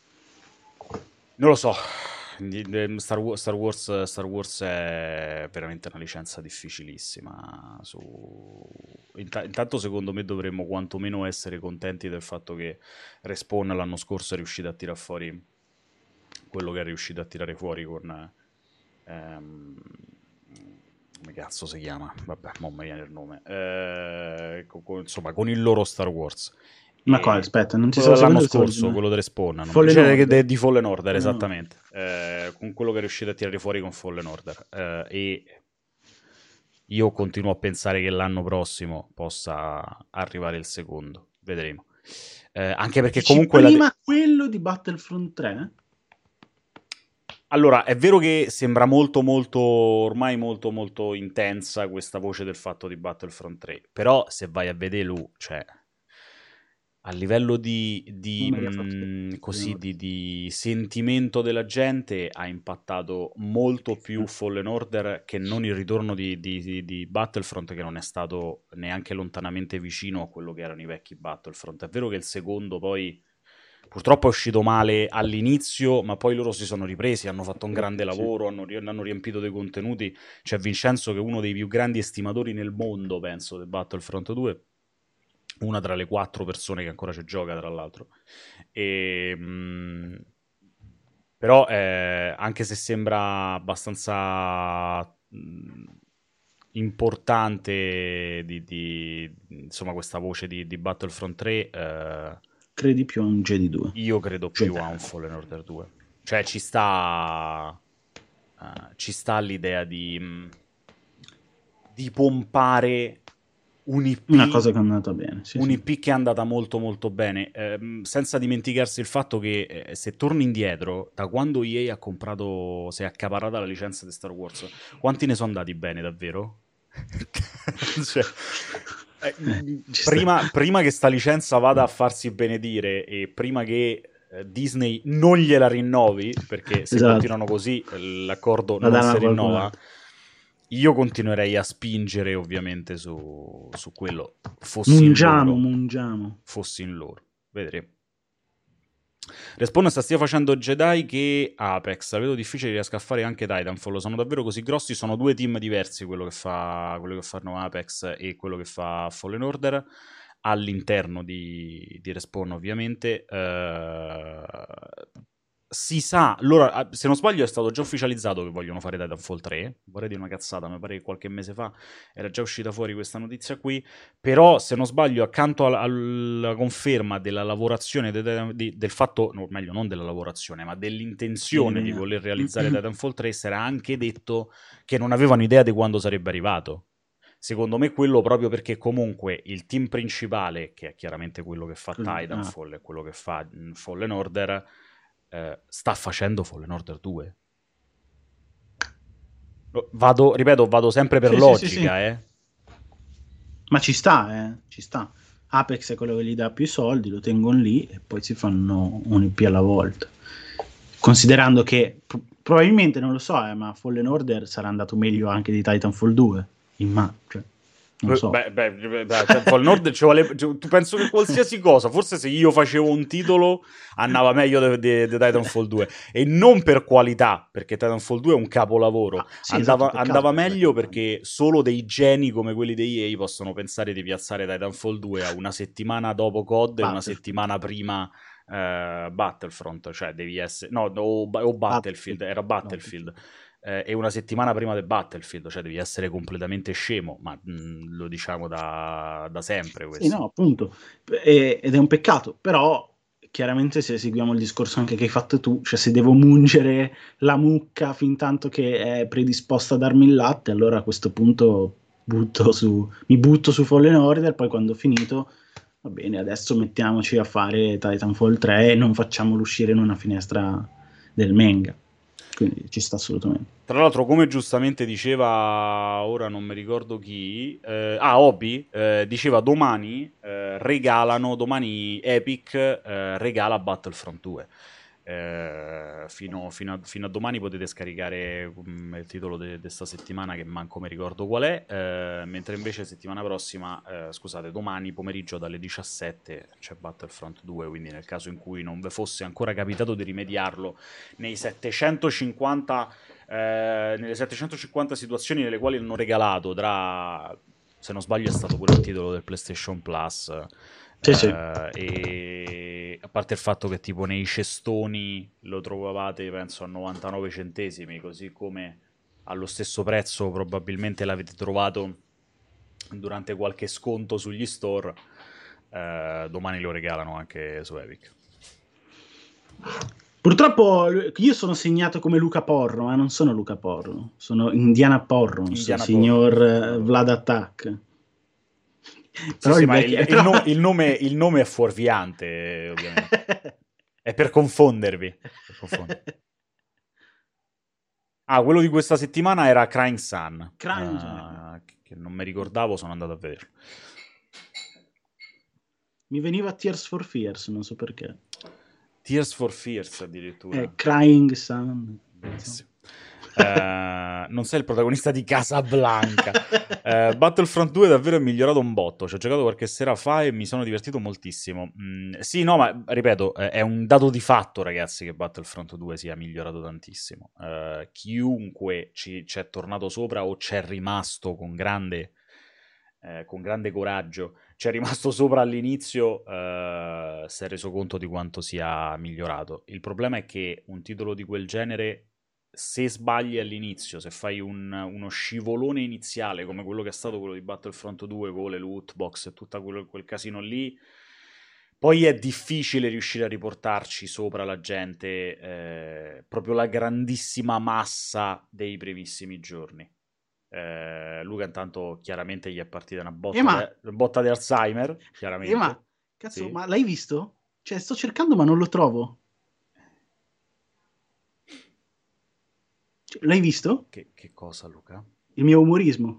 Speaker 1: non lo so. Di- de- Star Wa- Star Wars, Star Wars è veramente una licenza difficilissima. Su... Inta- intanto, secondo me, dovremmo quantomeno essere contenti del fatto che Respawn l'anno scorso è riuscito a tirar fuori quello che è riuscito a tirare fuori con ehm, come cazzo si chiama? Vabbè, non mi viene il nome. Eh, co- co- insomma, con il loro Star Wars.
Speaker 2: Ma qua,
Speaker 1: E
Speaker 2: aspetta, non ti
Speaker 1: quello
Speaker 2: stavo
Speaker 1: dell'anno
Speaker 2: seguendo che stavo
Speaker 1: scorso,
Speaker 2: dicendo.
Speaker 1: quello del Respawn, non mi-
Speaker 2: Fallen
Speaker 1: cioè, de-
Speaker 2: Order.
Speaker 1: de- di Fallen Order,
Speaker 2: Fallen Order.
Speaker 1: esattamente. Eh, con quello che è riuscito a tirare fuori con Fallen Order. Eh, e io continuo a pensare che l'anno prossimo possa arrivare il secondo. Vedremo. Eh, anche perché
Speaker 2: Dici
Speaker 1: comunque la de-
Speaker 2: prima quello di Battlefront tre?
Speaker 1: Allora, è vero che sembra molto, molto, ormai molto, molto intensa questa voce del fatto di Battlefront tre, però se vai a vedere lui, cioè, a livello di,
Speaker 2: Non
Speaker 1: di,
Speaker 2: me li ha fatti
Speaker 1: mh, così,
Speaker 2: vedere.
Speaker 1: di, di sentimento della gente, ha impattato molto più Fallen Order che non il ritorno di, di- di- di Battlefront, che non è stato neanche lontanamente vicino a quello che erano i vecchi Battlefront. È vero che il secondo poi purtroppo è uscito male all'inizio, ma poi loro si sono ripresi, hanno fatto un grande
Speaker 2: Sì.
Speaker 1: lavoro, hanno, ri- hanno riempito dei contenuti. C'è Vincenzo che è uno dei più grandi estimatori nel mondo, penso, del Battlefront due, una tra le quattro persone che ancora ci gioca, tra l'altro. E, mh, però, eh, anche se sembra abbastanza mh, importante di, di- insomma, questa voce di, di Battlefront tre, eh,
Speaker 2: Credi più a un Jedi due.
Speaker 1: io credo più
Speaker 2: Jedi.
Speaker 1: a un Fallen Order due. Cioè, ci sta, eh, ci sta l'idea di, mh, di pompare un
Speaker 2: Una
Speaker 1: I P,
Speaker 2: cosa che è andata bene, sì,
Speaker 1: un
Speaker 2: sì.
Speaker 1: I P che è andata molto molto bene, ehm, senza dimenticarsi il fatto che eh, se torni indietro, da quando E A ha comprato, si è accaparrata la licenza di Star Wars, quanti ne sono andati bene davvero? Cioè, eh,
Speaker 2: Eh,
Speaker 1: mh,
Speaker 2: ci sta.
Speaker 1: prima, prima che sta licenza vada a farsi benedire e prima che eh, Disney non gliela rinnovi, perché se
Speaker 2: Esatto.
Speaker 1: continuano così eh, l'accordo
Speaker 2: La
Speaker 1: non
Speaker 2: danno
Speaker 1: si
Speaker 2: a qualcun
Speaker 1: rinnova,
Speaker 2: altro.
Speaker 1: io continuerei a spingere ovviamente su, su quello, fossi in
Speaker 2: Mungiamo,
Speaker 1: loro,
Speaker 2: mungiamo.
Speaker 1: fossi in loro, vedremo. Respawn sta sia facendo Jedi che Apex. La vedo difficile, riesco a fare anche Titanfall. Sono davvero così grossi. Sono due team diversi, quello che, fa, quello che fanno Apex e quello che fa Fallen Order. All'interno di, di Respawn, ovviamente. Eh, si sa, allora, se non sbaglio, è stato già ufficializzato che vogliono fare Titanfall tre. Vorrei dire una cazzata, mi pare che qualche mese fa era già uscita fuori questa notizia qui. Però, se non sbaglio, accanto alla, alla conferma della lavorazione de, de, di, del fatto, no, meglio, non della lavorazione, ma dell'intenzione di voler realizzare Titanfall tre, si era anche detto che non avevano idea di quando sarebbe arrivato. Secondo me quello proprio perché comunque il team principale, che è chiaramente quello che fa
Speaker 2: Ah,
Speaker 1: Titanfall e quello che fa mh, Fallen Order, eh, sta facendo Fallen Order due. Vado, ripeto, vado sempre per
Speaker 2: sì, sì, sì, sì.
Speaker 1: logica, eh.
Speaker 2: Ma ci sta, eh, ci sta. Apex è quello che gli dà più soldi, lo tengono lì e poi si fanno un I P alla volta. Considerando che pro- probabilmente, non lo so, eh, ma Fallen Order sarà andato meglio anche di Titanfall due. Imma- cioè, non lo so.
Speaker 1: Beh, beh, beh, beh, Titanfall Nord ci vuole, cioè, tu penso che qualsiasi cosa, forse se io facevo un titolo andava meglio di Titanfall due, e non per qualità, perché Titanfall due è un capolavoro,
Speaker 2: Ah, sì, esatto,
Speaker 1: andava,
Speaker 2: peccato
Speaker 1: andava
Speaker 2: perché la
Speaker 1: meglio
Speaker 2: campagna.
Speaker 1: perché solo dei geni come quelli di E A possono pensare di piazzare Titanfall due a una settimana dopo C O D e una
Speaker 2: Battlefield.
Speaker 1: settimana prima eh, Battlefront, cioè devi essere, no, o, o Battlefield,
Speaker 2: Battlefield.
Speaker 1: era Battlefield,
Speaker 2: Battlefield.
Speaker 1: eh, e una settimana prima del Battlefield, cioè devi essere completamente scemo, ma mh, lo diciamo da, da sempre
Speaker 2: Sì,
Speaker 1: questo.
Speaker 2: no, appunto. E- ed è un peccato, però chiaramente se seguiamo il discorso anche che hai fatto tu, cioè se devo mungere la mucca fin tanto che è predisposta a darmi il latte, allora a questo punto butto su, mi butto su Fallen Order, poi quando ho finito, va bene, adesso mettiamoci a fare Titanfall tre e non facciamolo uscire in una finestra del manga. Quindi ci sta assolutamente.
Speaker 1: Tra l'altro, come giustamente diceva, ora non mi ricordo chi, eh, ah, Obi, eh, diceva domani eh, regalano, domani Epic eh, regala Battlefront due. Eh, fino, fino a, fino a domani potete scaricare um, il titolo di questa settimana che manco mi ricordo qual è, eh, mentre invece settimana prossima, eh, scusate, domani pomeriggio dalle diciassette c'è Battlefront due, quindi nel caso in cui non vi fosse ancora capitato di rimediarlo nei settecentocinquanta, eh, nelle settecentocinquanta situazioni nelle quali hanno regalato tra, se non sbaglio è stato pure il titolo del PlayStation Plus,
Speaker 2: Sì, sì.
Speaker 1: eh, e a parte il fatto che tipo nei cestoni lo trovavate penso a novantanove centesimi, così come allo stesso prezzo probabilmente l'avete trovato durante qualche sconto sugli store, eh, domani lo regalano anche su Epic.
Speaker 2: Purtroppo io sono segnato come Luca Porro, ma non sono Luca Porro, sono Indiana Porrons,
Speaker 1: Indiana Porro,
Speaker 2: signor
Speaker 1: Indiana
Speaker 2: eh,
Speaker 1: Porro.
Speaker 2: Vlad Attack.
Speaker 1: Sì,
Speaker 2: Però
Speaker 1: sì,
Speaker 2: il
Speaker 1: ma
Speaker 2: vecchio...
Speaker 1: il,
Speaker 2: eh,
Speaker 1: il
Speaker 2: però...
Speaker 1: no- il nome, il nome è fuorviante, ovviamente. È per confondervi. Per confondere. Ah, quello di questa settimana era Crying Sun,
Speaker 2: CryEngine.
Speaker 1: eh, che non mi ricordavo, sono andato a vedere.
Speaker 2: Mi veniva Tears for Fears, non so perché.
Speaker 1: Tears for Fears
Speaker 2: Eh,
Speaker 1: addirittura.
Speaker 2: Crying Sun. So.
Speaker 1: Bellissimo. Eh, non sei il protagonista di Casablanca. Eh, Battlefront due davvero è migliorato un botto. Ci ho giocato qualche sera fa e mi sono divertito moltissimo. Mm, sì, no, ma ripeto, eh, è un dato di fatto, ragazzi, che Battlefront due sia migliorato tantissimo. Eh, chiunque ci c'è tornato sopra o c'è rimasto con grande, eh, con grande coraggio, c'è rimasto sopra all'inizio, eh, si è reso conto di quanto sia migliorato. Il problema è che un titolo di quel genere, se sbagli all'inizio, se fai un- uno scivolone iniziale come quello che è stato quello di Battlefront due con le loot box e tutto quello- quel casino lì, poi è difficile riuscire a riportarci sopra la gente, eh, proprio la grandissima massa dei primissimi giorni. Eh, Luca intanto chiaramente gli è partita una
Speaker 2: Eh
Speaker 1: botta,
Speaker 2: ma,
Speaker 1: de- una botta di Alzheimer,
Speaker 2: eh ma,
Speaker 1: chiaramente.
Speaker 2: cazzo,
Speaker 1: Sì.
Speaker 2: ma l'hai visto? Cioè, sto cercando ma non lo trovo. Cioè, l'hai visto?
Speaker 1: Che, che cosa, Luca?
Speaker 2: Il mio umorismo.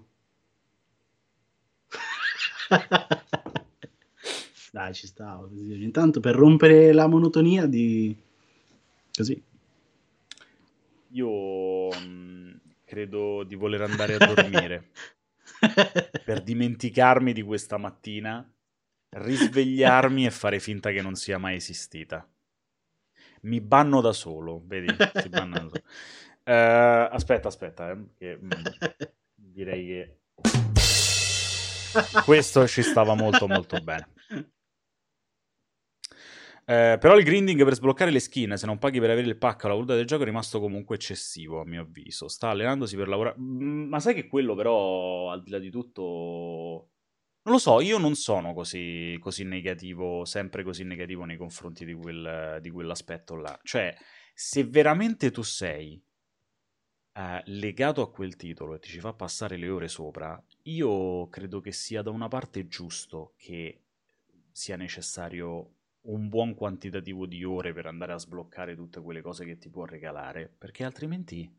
Speaker 2: Dai, ci stavo così. Ogni tanto per rompere la monotonia di... Così.
Speaker 1: Io mh, credo di voler andare a dormire per dimenticarmi di questa mattina, risvegliarmi e fare finta che non sia mai esistita. Mi banno da solo, vedi? Si banna da solo. Eh, aspetta, aspetta, eh, che, mh, direi che questo ci stava molto molto bene. Eh, però il grinding per sbloccare le skin, se non paghi per avere il pack alla valuta del gioco, è rimasto comunque eccessivo, a mio avviso. Sta allenandosi per lavorare. Mm, ma sai che quello, però, al di là di tutto. Non lo so, io non sono così, così negativo, sempre così negativo nei confronti di, quel, di quell'aspetto là. Cioè, se veramente tu sei eh, legato a quel titolo e ti ci fa passare le ore sopra, io credo che sia da una parte giusto che sia necessario un buon quantitativo di ore per andare a sbloccare tutte quelle cose che ti può regalare, perché altrimenti,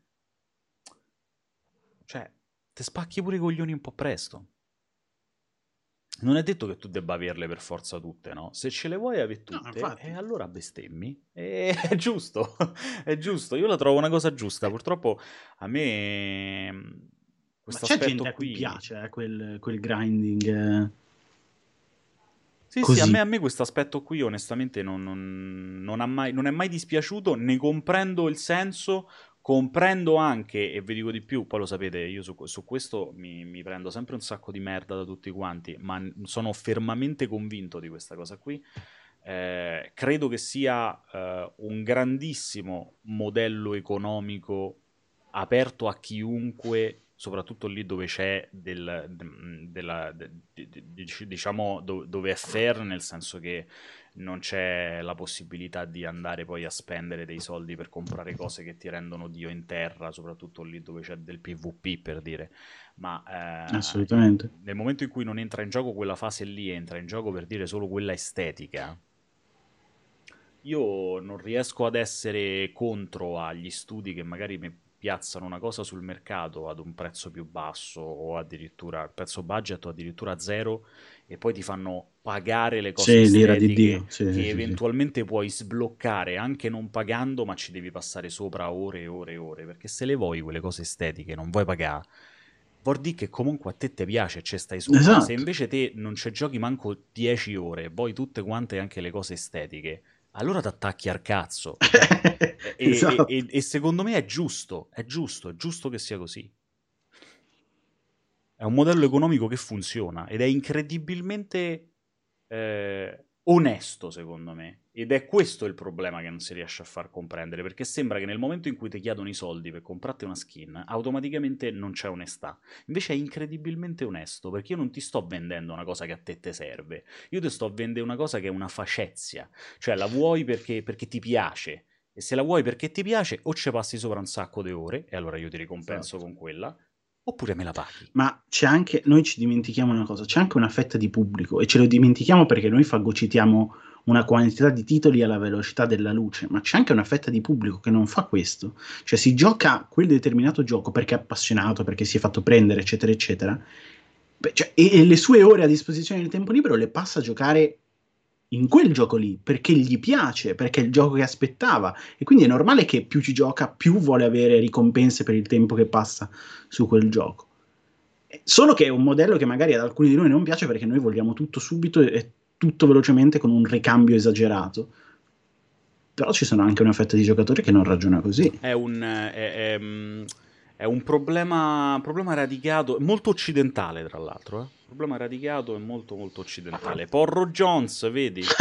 Speaker 1: cioè, ti spacchi pure i coglioni un po' presto. Non è detto che tu debba averle per forza tutte, no? Se ce le vuoi avere
Speaker 2: No,
Speaker 1: tutte, e
Speaker 2: infatti.
Speaker 1: allora bestemmi. E è giusto, è giusto. Io la trovo una cosa giusta. Purtroppo a me
Speaker 2: Ma
Speaker 1: questo
Speaker 2: c'è gente
Speaker 1: aspetto
Speaker 2: a cui
Speaker 1: qui.
Speaker 2: piace eh, quel, quel grinding eh,
Speaker 1: Sì, sì, a me,
Speaker 2: così.
Speaker 1: a me questo aspetto qui onestamente non, non- non ha mai- non è mai dispiaciuto, ne comprendo il senso, comprendo anche, e vi dico di più, poi lo sapete, io su, su questo mi, mi prendo sempre un sacco di merda da tutti quanti, ma n- sono fermamente convinto di questa cosa qui. Eh, credo che sia eh, un grandissimo modello economico aperto a chiunque, soprattutto lì dove c'è del, de- della, de- di- di- dic- diciamo do- dove è fair, nel senso che non c'è la possibilità di andare poi a spendere dei soldi per comprare cose che ti rendono Dio in terra, soprattutto lì dove c'è del PvP per dire. Ma eh, il-
Speaker 2: Assolutamente.
Speaker 1: nel momento in cui non entra in gioco quella fase lì, entra in gioco per dire solo quella estetica, io non riesco ad essere contro agli studi che magari mi piazzano una cosa sul mercato ad un prezzo più basso o addirittura il prezzo budget o addirittura zero e poi ti fanno pagare le cose
Speaker 2: Sì, l'ira di
Speaker 1: estetiche
Speaker 2: Dio. Sì, sì,
Speaker 1: che
Speaker 2: sì, sì.
Speaker 1: eventualmente puoi sbloccare anche non pagando, ma ci devi passare sopra ore e ore e ore, perché se le vuoi quelle cose estetiche non vuoi pagare, vuol dire che comunque a te ti piace e ci stai sopra. Se
Speaker 2: Esatto.
Speaker 1: invece te non ci giochi manco dieci ore, poi tutte quante anche le cose estetiche, allora ti attacchi al cazzo. Cioè, e, e-
Speaker 2: Esatto.
Speaker 1: e- e secondo me è giusto, è giusto, è giusto che sia così. È un modello economico che funziona ed è incredibilmente eh, onesto, secondo me. Ed è questo il problema che non si riesce a far comprendere, perché sembra che nel momento in cui ti chiedono i soldi per comprarti una skin, automaticamente non c'è onestà. Invece è incredibilmente onesto, perché io non ti sto vendendo una cosa che a te te serve, io ti sto vendendo una cosa che è una facezia, cioè la vuoi perché, perché ti piace. E se la vuoi perché ti piace, o ci passi sopra un sacco di ore, e allora io ti ricompenso
Speaker 2: Esatto.
Speaker 1: con quella, oppure me la paghi.
Speaker 2: Ma c'è anche, noi ci dimentichiamo una cosa, c'è anche una fetta di pubblico e ce lo dimentichiamo perché noi fagocitiamo una quantità di titoli alla velocità della luce, ma c'è anche una fetta di pubblico che non fa questo, cioè si gioca quel determinato gioco perché è appassionato, perché si è fatto prendere, eccetera, eccetera. Beh, cioè, e, e le sue ore a disposizione nel tempo libero le passa a giocare in quel gioco lì perché gli piace, perché è il gioco che aspettava e quindi è normale che più ci gioca, più vuole avere ricompense per il tempo che passa su quel gioco. Solo che è un modello che magari ad alcuni di noi non piace perché noi vogliamo tutto subito e tutto velocemente con un ricambio esagerato. Però ci sono anche una fetta di giocatori che non ragiona così.
Speaker 1: È un, è, è, mm, è un problema, problema radicato, molto occidentale tra l'altro, eh? Problema radicato e molto molto occidentale. Porro Jones, vedi?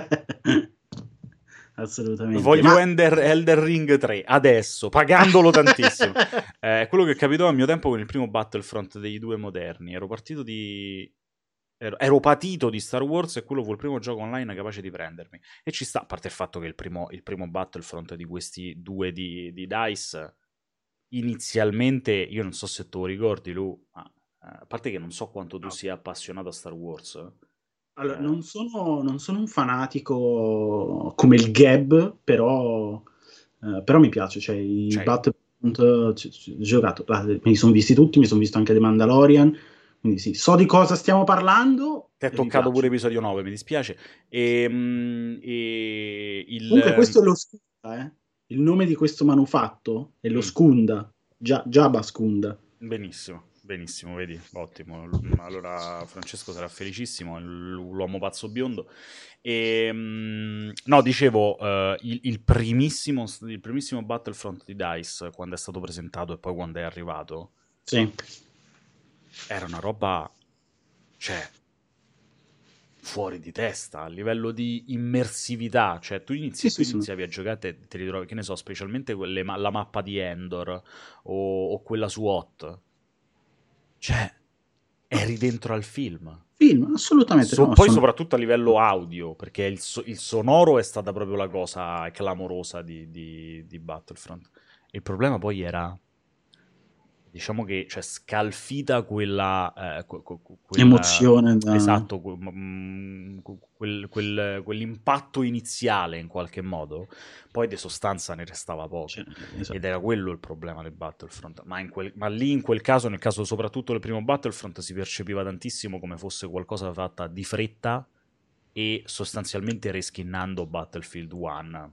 Speaker 2: Assolutamente.
Speaker 1: Voglio
Speaker 2: Ma
Speaker 1: Ender, Elden Ring tre, adesso, pagandolo tantissimo. Eh, È quello che capitò a mio tempo con il primo Battlefront dei due moderni. Ero partito di... Ero, ero patito di Star Wars e quello fu il primo gioco online capace di prendermi. E ci sta, a parte il fatto che il primo, il primo Battlefront di questi due di, di DICE, inizialmente, io non so se tu lo ricordi, Lu, ma eh, a parte che non so quanto tu
Speaker 2: no.
Speaker 1: sia appassionato a Star Wars,
Speaker 2: Allora,
Speaker 1: eh,
Speaker 2: non sono, non sono un fanatico come il Gab, però, eh, però mi piace. Cioè, i
Speaker 1: cioè,
Speaker 2: Battlefront, c- c- ho giocato, ah, me li sono visti tutti, mi sono visto anche The Mandalorian, quindi sì, so di cosa stiamo parlando
Speaker 1: ti è
Speaker 2: e mi
Speaker 1: toccato pure
Speaker 2: piace.
Speaker 1: episodio nove, mi dispiace. E, mm, e
Speaker 2: Comunque
Speaker 1: il...
Speaker 2: questo è lo Skunda, eh? Il nome di questo manufatto è lo
Speaker 1: mm,
Speaker 2: Skunda, Gia- Jabba Skunda.
Speaker 1: benissimo, benissimo, vedi, ottimo. Allora Francesco sarà felicissimo, l- l'uomo pazzo biondo. E, mm, no, dicevo, eh, il, il primissimo, il primissimo Battlefront di DICE, quando è stato presentato e poi quando è arrivato,
Speaker 2: Sì,
Speaker 1: era una roba, cioè, fuori di testa a livello di immersività. Cioè, tu,
Speaker 2: sì,
Speaker 1: inizi, tu
Speaker 2: sì, sì.
Speaker 1: iniziavi a giocare e te li trovi, che ne so, specialmente quelle, ma- la mappa di Endor o, o quella su Hot. Cioè, eri dentro al film.
Speaker 2: Film, assolutamente
Speaker 1: So-
Speaker 2: no,
Speaker 1: poi
Speaker 2: sono...
Speaker 1: soprattutto a livello audio, perché il, so- il sonoro è stata proprio la cosa clamorosa di, di- di Battlefront. Il problema poi era, diciamo che, cioè, scalfita quella, eh, que- que- quella-
Speaker 2: Emozione da...
Speaker 1: esatto, que- mm, quel- quel- quell'impatto iniziale in qualche modo, poi di sostanza ne restava
Speaker 2: Cioè,
Speaker 1: poca. Ed
Speaker 2: esatto.
Speaker 1: era quello il problema del Battlefront. Ma, in quel- ma lì in quel caso, nel caso soprattutto del primo Battlefront, si percepiva tantissimo come fosse qualcosa fatta di fretta e sostanzialmente reskinnando Battlefield uno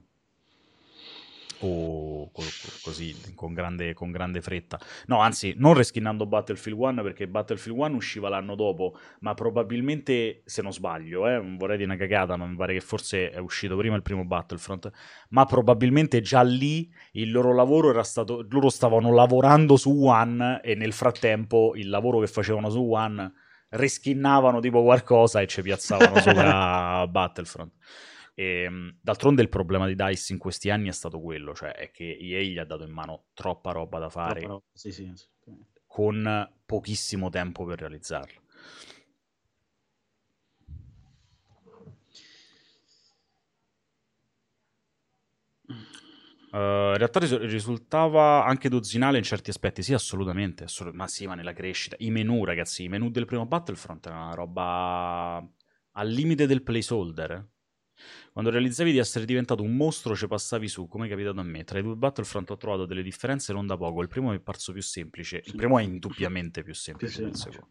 Speaker 1: o co- co- così con grande, con grande fretta. No, anzi, non reskinnando Battlefield uno perché Battlefield uno usciva l'anno dopo, ma probabilmente, se non sbaglio, eh, non vorrei dire una cagata, ma mi pare che forse è uscito prima il primo Battlefront, ma probabilmente già lì il loro lavoro era stato, loro stavano lavorando su One e nel frattempo il lavoro che facevano su One reskinnavano tipo qualcosa e ci piazzavano sopra Battlefront. E, d'altronde il problema di DICE in questi anni è stato quello, cioè è che E A gli ha dato in mano troppa roba da
Speaker 2: Troppa
Speaker 1: fare
Speaker 2: roba, sì, sì, assolutamente.
Speaker 1: con pochissimo tempo per realizzarla. Uh, in realtà ris- risultava anche dozzinale in certi aspetti, sì, assolutamente, assolut- ma sì, ma nella crescita. I menu, ragazzi, i menu del primo Battlefront erano una roba al limite del placeholder. Quando realizzavi di essere diventato un mostro, ci passavi su, come è capitato a me. Tra i due Battlefront ho trovato delle differenze non da poco. Il primo mi è parso più semplice. Il
Speaker 2: Sì.
Speaker 1: primo è indubbiamente più
Speaker 2: Più
Speaker 1: semplice del
Speaker 2: semplice.
Speaker 1: secondo.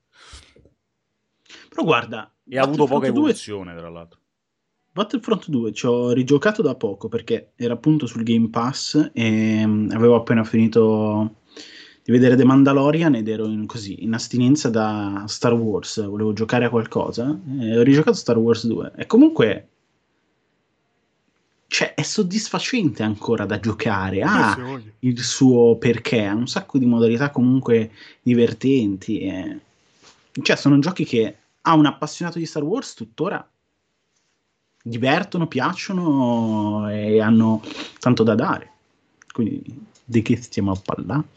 Speaker 2: Però guarda,
Speaker 1: E ha avuto poca
Speaker 2: Battlefront due,
Speaker 1: evoluzione, tra l'altro.
Speaker 2: Battlefront due ci ho rigiocato da poco perché era appunto sul Game Pass e mm, avevo appena finito di vedere The Mandalorian ed ero in, così in astinenza da Star Wars, volevo giocare a qualcosa e ho rigiocato Star Wars due e comunque cioè, è soddisfacente ancora da giocare,
Speaker 1: Eh sì,
Speaker 2: ha
Speaker 1: voglio.
Speaker 2: il suo perché, ha un sacco di modalità comunque divertenti. E... Cioè, sono giochi che a un appassionato di Star Wars tuttora divertono, piacciono e hanno tanto da dare. Quindi, di che stiamo a parlare?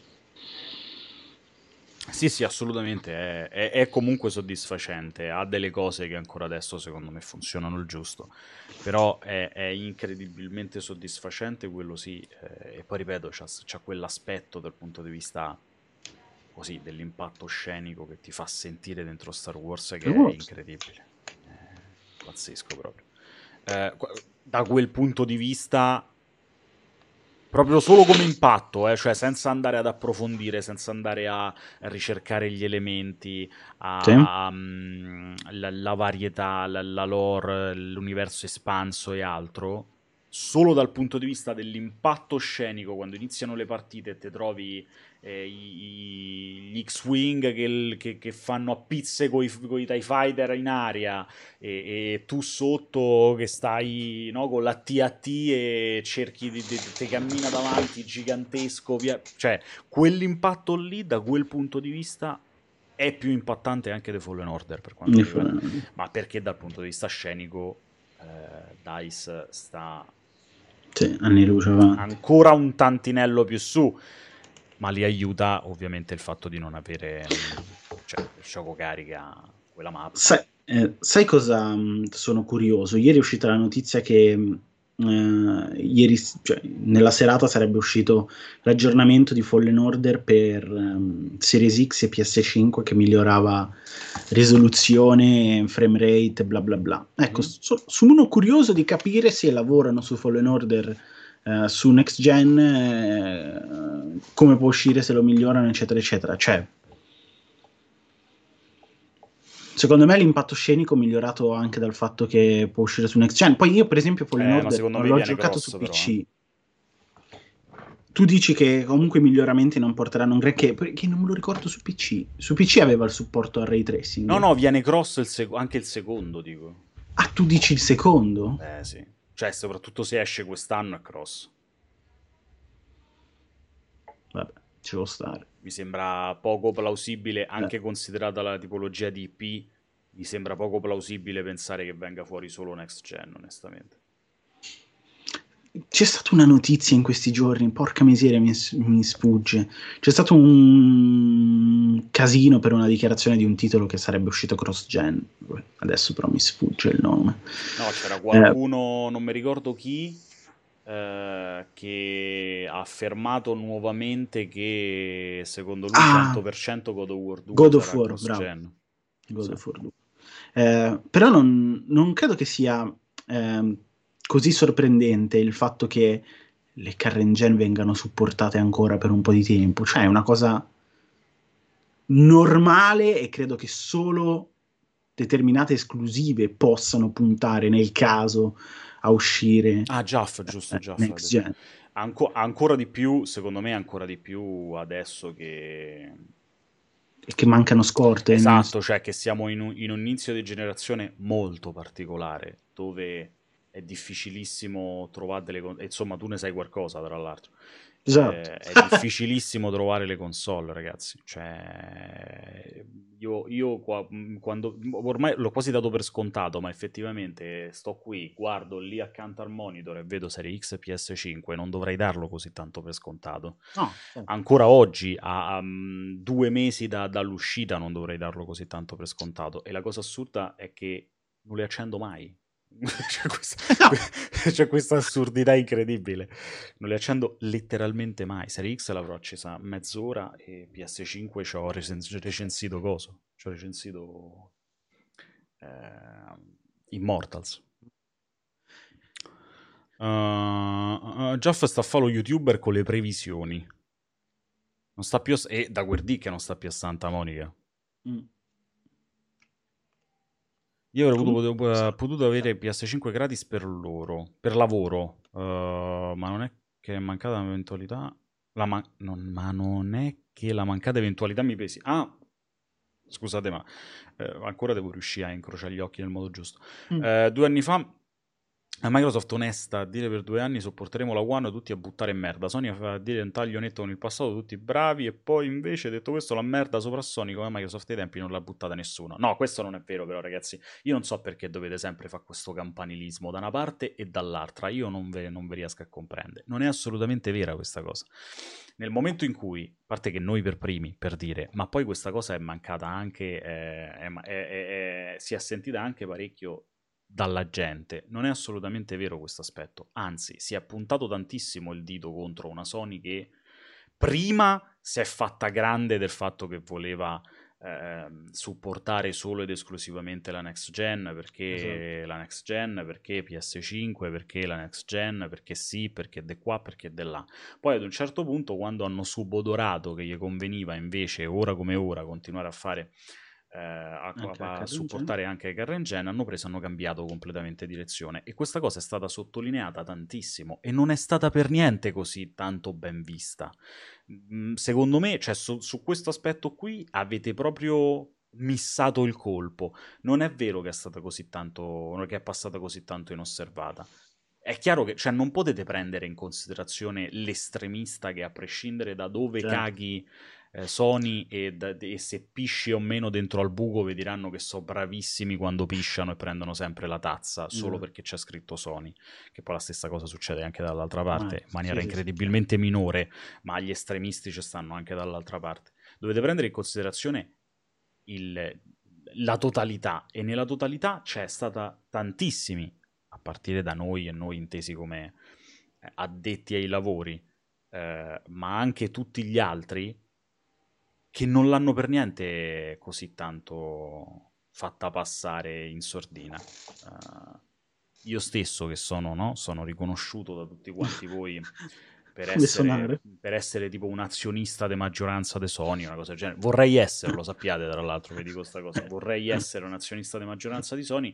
Speaker 1: Sì, sì, assolutamente. È, è- è comunque soddisfacente. Ha delle cose che ancora adesso, secondo me, funzionano il giusto. Però è, è incredibilmente soddisfacente, quello sì. Eh, e poi ripeto, c'ha, c'ha quell'aspetto dal punto di vista così dell'impatto scenico che ti fa sentire dentro Star Wars
Speaker 2: Star
Speaker 1: che è
Speaker 2: Wars.
Speaker 1: incredibile. È pazzesco proprio. Eh, qua- da quel punto di vista, proprio solo come impatto, eh, cioè senza andare ad approfondire, senza andare a ricercare gli elementi,
Speaker 2: Sì.
Speaker 1: a, mm, la, la varietà, la, la lore, l'universo espanso e altro, solo dal punto di vista dell'impatto scenico, quando iniziano le partite e te trovi eh, i- i- gli X-Wing che, il- che- che fanno a pizze con i TIE Fighter in aria e, e tu sotto che stai no, con la T A T e cerchi di, di- te cammina davanti gigantesco via. Cioè quell'impatto lì da quel punto di vista è più impattante anche The Fallen Order per quanto
Speaker 2: Mi
Speaker 1: mi
Speaker 2: fa-
Speaker 1: riguarda, ma perché dal punto di vista scenico eh, DICE sta
Speaker 2: Sì, anni luce avanti.
Speaker 1: ancora un tantinello più su, ma li aiuta ovviamente il fatto di non avere, mh, cioè il gioco carica quella mappa.
Speaker 2: Sai, eh, sai cosa mh, sono curioso? Ieri è uscita la notizia che mh, eh, ieri, s- cioè, nella serata sarebbe uscito l'aggiornamento di Fallen Order per ehm, Series X e P S cinque che migliorava risoluzione, frame rate, bla bla bla. Ecco,
Speaker 1: Mhm.
Speaker 2: so- sono curioso di capire se lavorano su Fallen Order eh, su next gen, eh, come può uscire, se lo migliorano, eccetera, eccetera. Cioè, secondo me l'impatto scenico è migliorato anche dal fatto che può uscire su next gen. Poi io, per esempio, Fallen
Speaker 1: Eh, ma
Speaker 2: Order
Speaker 1: secondo
Speaker 2: non
Speaker 1: me
Speaker 2: l'ho
Speaker 1: viene
Speaker 2: giocato su
Speaker 1: cross però, eh.
Speaker 2: P C. Tu dici che comunque i miglioramenti non porteranno un granché, perché non me lo ricordo su P C. Su P C aveva il supporto al ray
Speaker 1: No,
Speaker 2: tracing.
Speaker 1: no, viene cross il sec- anche il secondo, dico.
Speaker 2: Ah, tu dici il secondo?
Speaker 1: Eh sì. Cioè, soprattutto se esce quest'anno è cross.
Speaker 2: Vabbè, ci può stare.
Speaker 1: Mi sembra poco plausibile,
Speaker 2: Eh.
Speaker 1: anche considerata la tipologia di I P, mi sembra poco plausibile pensare che venga fuori solo next gen, onestamente.
Speaker 2: C'è stata una notizia in questi giorni, porca miseria, mi, mi sfugge. C'è stato un casino per una dichiarazione di un titolo che sarebbe uscito cross-gen. Adesso però mi sfugge il nome.
Speaker 1: No, c'era
Speaker 2: Eh,
Speaker 1: qualcuno, non mi ricordo chi, eh, che ha affermato nuovamente che secondo lui
Speaker 2: ah,
Speaker 1: cento per cento God of War due
Speaker 2: God of
Speaker 1: sarà
Speaker 2: War, bravo.
Speaker 1: cross-gen.
Speaker 2: God
Speaker 1: Sì.
Speaker 2: of War due. Eh, però non, non credo che sia ehm, così sorprendente il fatto che le current gen vengano supportate ancora per un po' di tempo. Cioè, è una cosa normale e credo che solo determinate esclusive possano puntare nel caso a uscire
Speaker 1: Ah, Jaff, giusto,
Speaker 2: eh,
Speaker 1: Jaff ha
Speaker 2: next
Speaker 1: detto.
Speaker 2: gen.
Speaker 1: Anco- ancora di più, secondo me, ancora di più adesso che...
Speaker 2: E che mancano scorte. nel-
Speaker 1: Esatto, cioè che siamo in un, in un inizio di generazione molto particolare, dove è difficilissimo trovare delle... con- e insomma, tu ne sai qualcosa, tra l'altro.
Speaker 2: Esatto.
Speaker 1: Eh, è difficilissimo trovare le console, ragazzi. Cioè, io, io qua- mh, quando ormai l'ho quasi dato per scontato, ma effettivamente sto qui, guardo lì accanto al monitor e vedo Serie X e P S cinque, non dovrei darlo così tanto per scontato.
Speaker 2: No, sì.
Speaker 1: Ancora oggi, a, a, mh, due mesi da- dall'uscita, non dovrei darlo così tanto per scontato. E la cosa assurda è che non le accendo mai. C'è questa,
Speaker 2: No,
Speaker 1: c'è questa assurdità incredibile. Non le accendo letteralmente mai. Serie X l'avrò accesa mezz'ora e P S cinque ci ho recens- recensito coso. Ci ho recensito eh, Immortals. Uh, uh, Geoff sta a fare lo youtuber con le previsioni. Non sta più a... E da Guerdì che non sta più a Santa Monica.
Speaker 2: Mm.
Speaker 1: Io avrei
Speaker 2: Comunque,
Speaker 1: potuto,
Speaker 2: sì.
Speaker 1: potuto avere P S cinque gratis per loro, per lavoro, uh, ma non è che è mancata un'eventualità. La man- non, ma non è che la mancata eventualità mi pesi. Ah, scusate, ma eh, ancora devo riuscire a incrociare gli occhi nel modo giusto.
Speaker 2: Mm.
Speaker 1: Eh, due anni fa, la Microsoft onesta a dire per due anni sopporteremo la One tutti a buttare in merda. Sony a dire un taglio netto con il passato, tutti bravi, e poi invece, detto questo, la merda sopra Sony come Microsoft ai tempi non l'ha buttata nessuno. No, questo non è vero però, ragazzi. Io non so perché dovete sempre fare questo campanilismo da una parte e dall'altra. Io non ve, non ve riesco a comprendere. Non è assolutamente vera questa cosa. Nel momento in cui, a parte che noi per primi, per dire, ma poi questa cosa è mancata anche, eh, è, è, è, è, si è sentita anche parecchio dalla gente. Non è assolutamente vero questo aspetto, anzi si è puntato tantissimo il dito contro una Sony che prima si è fatta grande del fatto che voleva eh, supportare solo ed esclusivamente la next gen, perché
Speaker 2: Esatto.
Speaker 1: la next gen, perché P S cinque, perché la next gen, perché sì, perché di qua, perché di là. Poi ad un certo punto, quando hanno subodorato che gli conveniva invece, ora come ora, continuare a fare eh, a,
Speaker 2: Anche la
Speaker 1: a
Speaker 2: Current Gen.
Speaker 1: supportare anche Current Gen, hanno preso, hanno cambiato completamente direzione, e questa cosa è stata sottolineata tantissimo e non è stata per niente così tanto ben vista. Mm, secondo me, cioè, su, su questo aspetto qui avete proprio missato il colpo. Non è vero che è stata così tanto, che è passata così tanto inosservata. È chiaro che, cioè, non potete prendere in considerazione l'estremista che, a prescindere da dove
Speaker 2: Certo.
Speaker 1: caghi eh, Sony, e, da- e se pisci o meno dentro al buco, vi diranno che sono bravissimi quando pisciano e prendono sempre la tazza solo
Speaker 2: Esatto.
Speaker 1: perché c'è scritto Sony. Che poi la stessa cosa succede anche dall'altra
Speaker 2: Ma,
Speaker 1: parte, in
Speaker 2: sì,
Speaker 1: maniera
Speaker 2: sì, sì, chiaro.
Speaker 1: incredibilmente minore, ma gli estremisti ci stanno anche dall'altra parte. Dovete prendere in considerazione il- la totalità, e nella totalità c'è stata tantissimi, a partire da noi, e noi intesi come eh, addetti ai lavori, eh, ma anche tutti gli altri, che non l'hanno per niente così tanto fatta passare in sordina. Eh, io stesso, che sono, no? Sono riconosciuto da tutti quanti voi per
Speaker 2: Come
Speaker 1: essere,
Speaker 2: suonare?
Speaker 1: per essere tipo un azionista di maggioranza di Sony, una cosa del genere. Vorrei esserlo, sappiate, tra l'altro, vi dico questa cosa. Vorrei essere un azionista di maggioranza di Sony.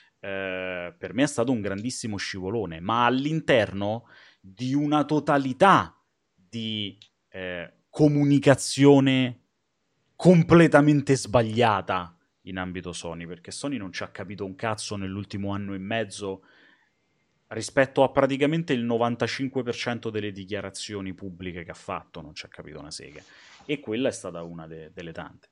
Speaker 1: Eh, per me è stato un grandissimo scivolone, ma all'interno di una totalità di eh, comunicazione completamente sbagliata in ambito Sony, perché Sony non ci ha capito un cazzo nell'ultimo anno e mezzo rispetto a praticamente il novantacinque per cento delle dichiarazioni pubbliche che ha fatto, non ci ha capito una sega. E quella è stata una de- delle tante.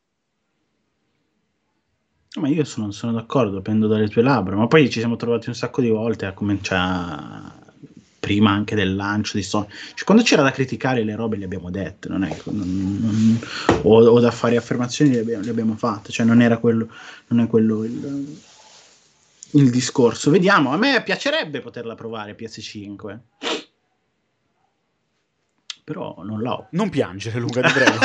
Speaker 2: Ma io sono, sono d'accordo, prendo dalle tue labbra, ma poi ci siamo trovati un sacco di volte a cominciare prima anche del lancio di Sony. Cioè, quando c'era da criticare le robe le abbiamo dette, non è, non- non- o, o da fare affermazioni le abbiamo, le abbiamo fatte, cioè non era quello, non è quello il, il discorso. Vediamo, a me piacerebbe poterla provare P S cinque, però non l'ho.
Speaker 1: Non piangere, Luca, ti prego.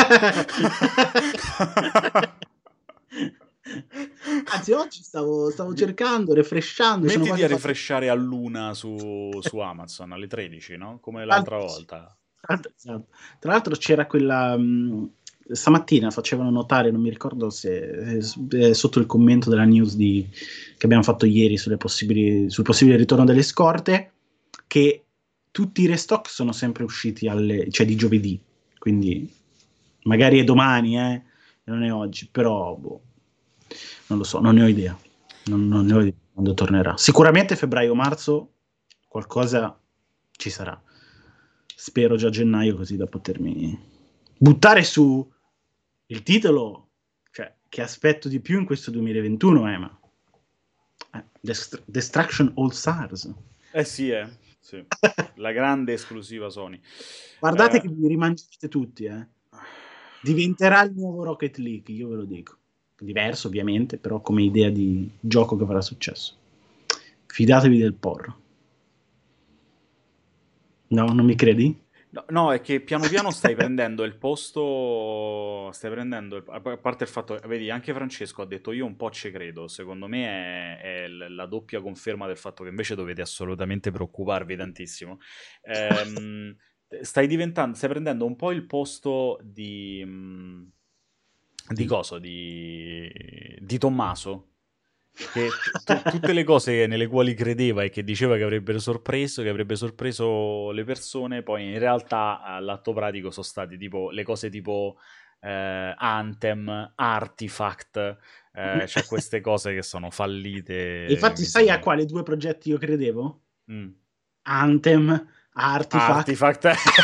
Speaker 2: Anzi, oggi stavo, stavo cercando, refreshando, sono
Speaker 1: Mettiti
Speaker 2: quasi
Speaker 1: a
Speaker 2: fatto.
Speaker 1: rifreshare a luna su, su Amazon alle tredici, no? Come
Speaker 2: Tra
Speaker 1: l'altra
Speaker 2: l'altro,
Speaker 1: volta.
Speaker 2: tra l'altro- esatto. Tra l'altro c'era quella. Mh, stamattina facevano notare, non mi ricordo se eh, sotto il commento della news di- che abbiamo fatto ieri sulle possibili- sul possibile ritorno delle scorte, che tutti i restock sono sempre usciti alle, cioè di giovedì, quindi magari è domani, eh, non è oggi, però boh, non lo so, non ne ho idea. Non, non ne ho idea quando tornerà. Sicuramente febbraio-marzo qualcosa ci sarà. Spero già a gennaio, così da potermi buttare su il titolo, cioè, che aspetto di più in questo duemilaventuno, eh, ma eh, Dest- Destruction All Stars.
Speaker 1: Eh sì, eh. Sì. La grande esclusiva Sony.
Speaker 2: Guardate
Speaker 1: Eh,
Speaker 2: che vi rimangerete tutti, eh. Diventerà il nuovo Rocket League, io ve lo dico. Diverso, ovviamente, però come idea di gioco che farà successo. Fidatevi del porro. No, non mi credi?
Speaker 1: No, no, è che piano piano stai prendendo il posto, stai prendendo, il- a parte il fatto, vedi, anche Francesco ha detto io un po' ci credo, secondo me è, è l- la doppia conferma del fatto che invece dovete assolutamente preoccuparvi tantissimo. Ehm, stai diventando, stai prendendo un po' il posto di, mm, di
Speaker 2: Sì.
Speaker 1: coso, di, di Tommaso, che t- t- tutte le cose nelle quali credeva e che diceva che avrebbero sorpreso, che avrebbe sorpreso le persone, poi in realtà all'atto pratico sono stati tipo le cose tipo eh, Anthem, Artifact, eh, cioè queste cose che sono
Speaker 2: E
Speaker 1: fallite
Speaker 2: infatti, sai a
Speaker 1: miseramente.
Speaker 2: quale due progetti io credevo?
Speaker 1: Mm.
Speaker 2: Anthem, Artifact.
Speaker 1: Artifact.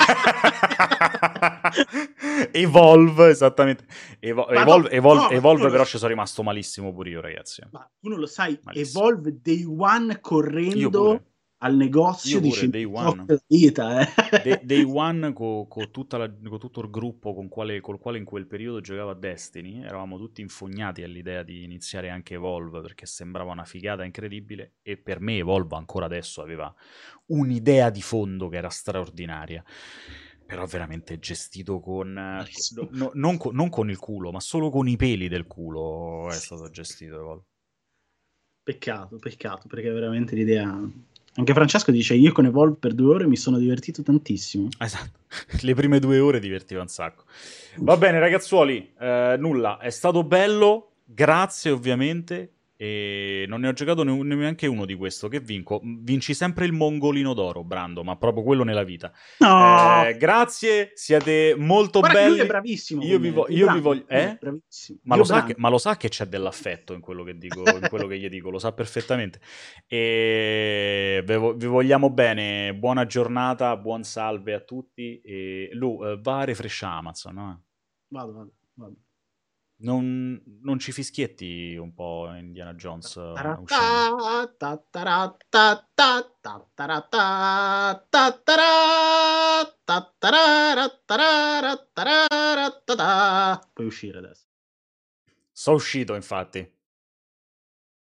Speaker 1: Evolve, esattamente. Evo-
Speaker 2: Ma no,
Speaker 1: Evolve, Evolve,
Speaker 2: no, ma tu non
Speaker 1: Evolve
Speaker 2: lo
Speaker 1: però
Speaker 2: sai.
Speaker 1: ci sono rimasto malissimo pure io, ragazzi.
Speaker 2: Ma tu non lo sai,
Speaker 1: Malissimo.
Speaker 2: Evolve Day One
Speaker 1: Io pure.
Speaker 2: correndo al negozio
Speaker 1: Io pure,
Speaker 2: dicendo
Speaker 1: Day
Speaker 2: "Fuck
Speaker 1: One.
Speaker 2: la vita,
Speaker 1: Day,
Speaker 2: eh."
Speaker 1: Day One con tutto il gruppo con quale, col quale in quel periodo giocava a Destiny, eravamo tutti infognati all'idea di iniziare anche Evolve perché sembrava una figata incredibile e per me Evolve ancora adesso aveva un'idea di fondo che era straordinaria, però veramente gestito con... eh, co-
Speaker 2: Malissimo.
Speaker 1: no- non, co- non con il culo, ma solo con i peli del culo è
Speaker 2: Sì.
Speaker 1: stato gestito Evolve.
Speaker 2: Peccato, peccato, perché veramente l'idea... Anche Francesco dice, io con Evolve per due ore mi sono divertito tantissimo.
Speaker 1: Esatto, le prime due ore divertiva un sacco. Va bene, ragazzuoli, eh, nulla, è stato bello, grazie ovviamente, e non ne ho giocato ne- neanche uno di questo, che vinco? Vinci sempre il mongolino d'oro, Brando, ma proprio quello nella vita.
Speaker 2: No!
Speaker 1: Eh, grazie, siete molto
Speaker 2: Guarda che lui è
Speaker 1: belli,
Speaker 2: bravissimo
Speaker 1: io
Speaker 2: con
Speaker 1: vi,
Speaker 2: me,
Speaker 1: vo-
Speaker 2: Dio
Speaker 1: io vi
Speaker 2: Brando,
Speaker 1: voglio...
Speaker 2: lui è
Speaker 1: Eh?
Speaker 2: bravissimo.
Speaker 1: Ma lo,
Speaker 2: Dio
Speaker 1: sa che,
Speaker 2: Brando.
Speaker 1: ma lo sa che c'è dell'affetto in quello che dico, in quello che gli dico, lo sa perfettamente. E ve vo- vi vogliamo bene, buona giornata, buon salve a tutti. E Lu, eh, va a refresciare Amazon, no?
Speaker 2: Vado, vado, vado.
Speaker 1: Non, non ci fischietti un po' Indiana Jones eh,
Speaker 2: Tatarata,
Speaker 1: uscendo.
Speaker 2: tatarata, tatarata, tatara, tatarara, tarara, tarara, tata. Puoi uscire adesso.
Speaker 1: Sono uscito, infatti.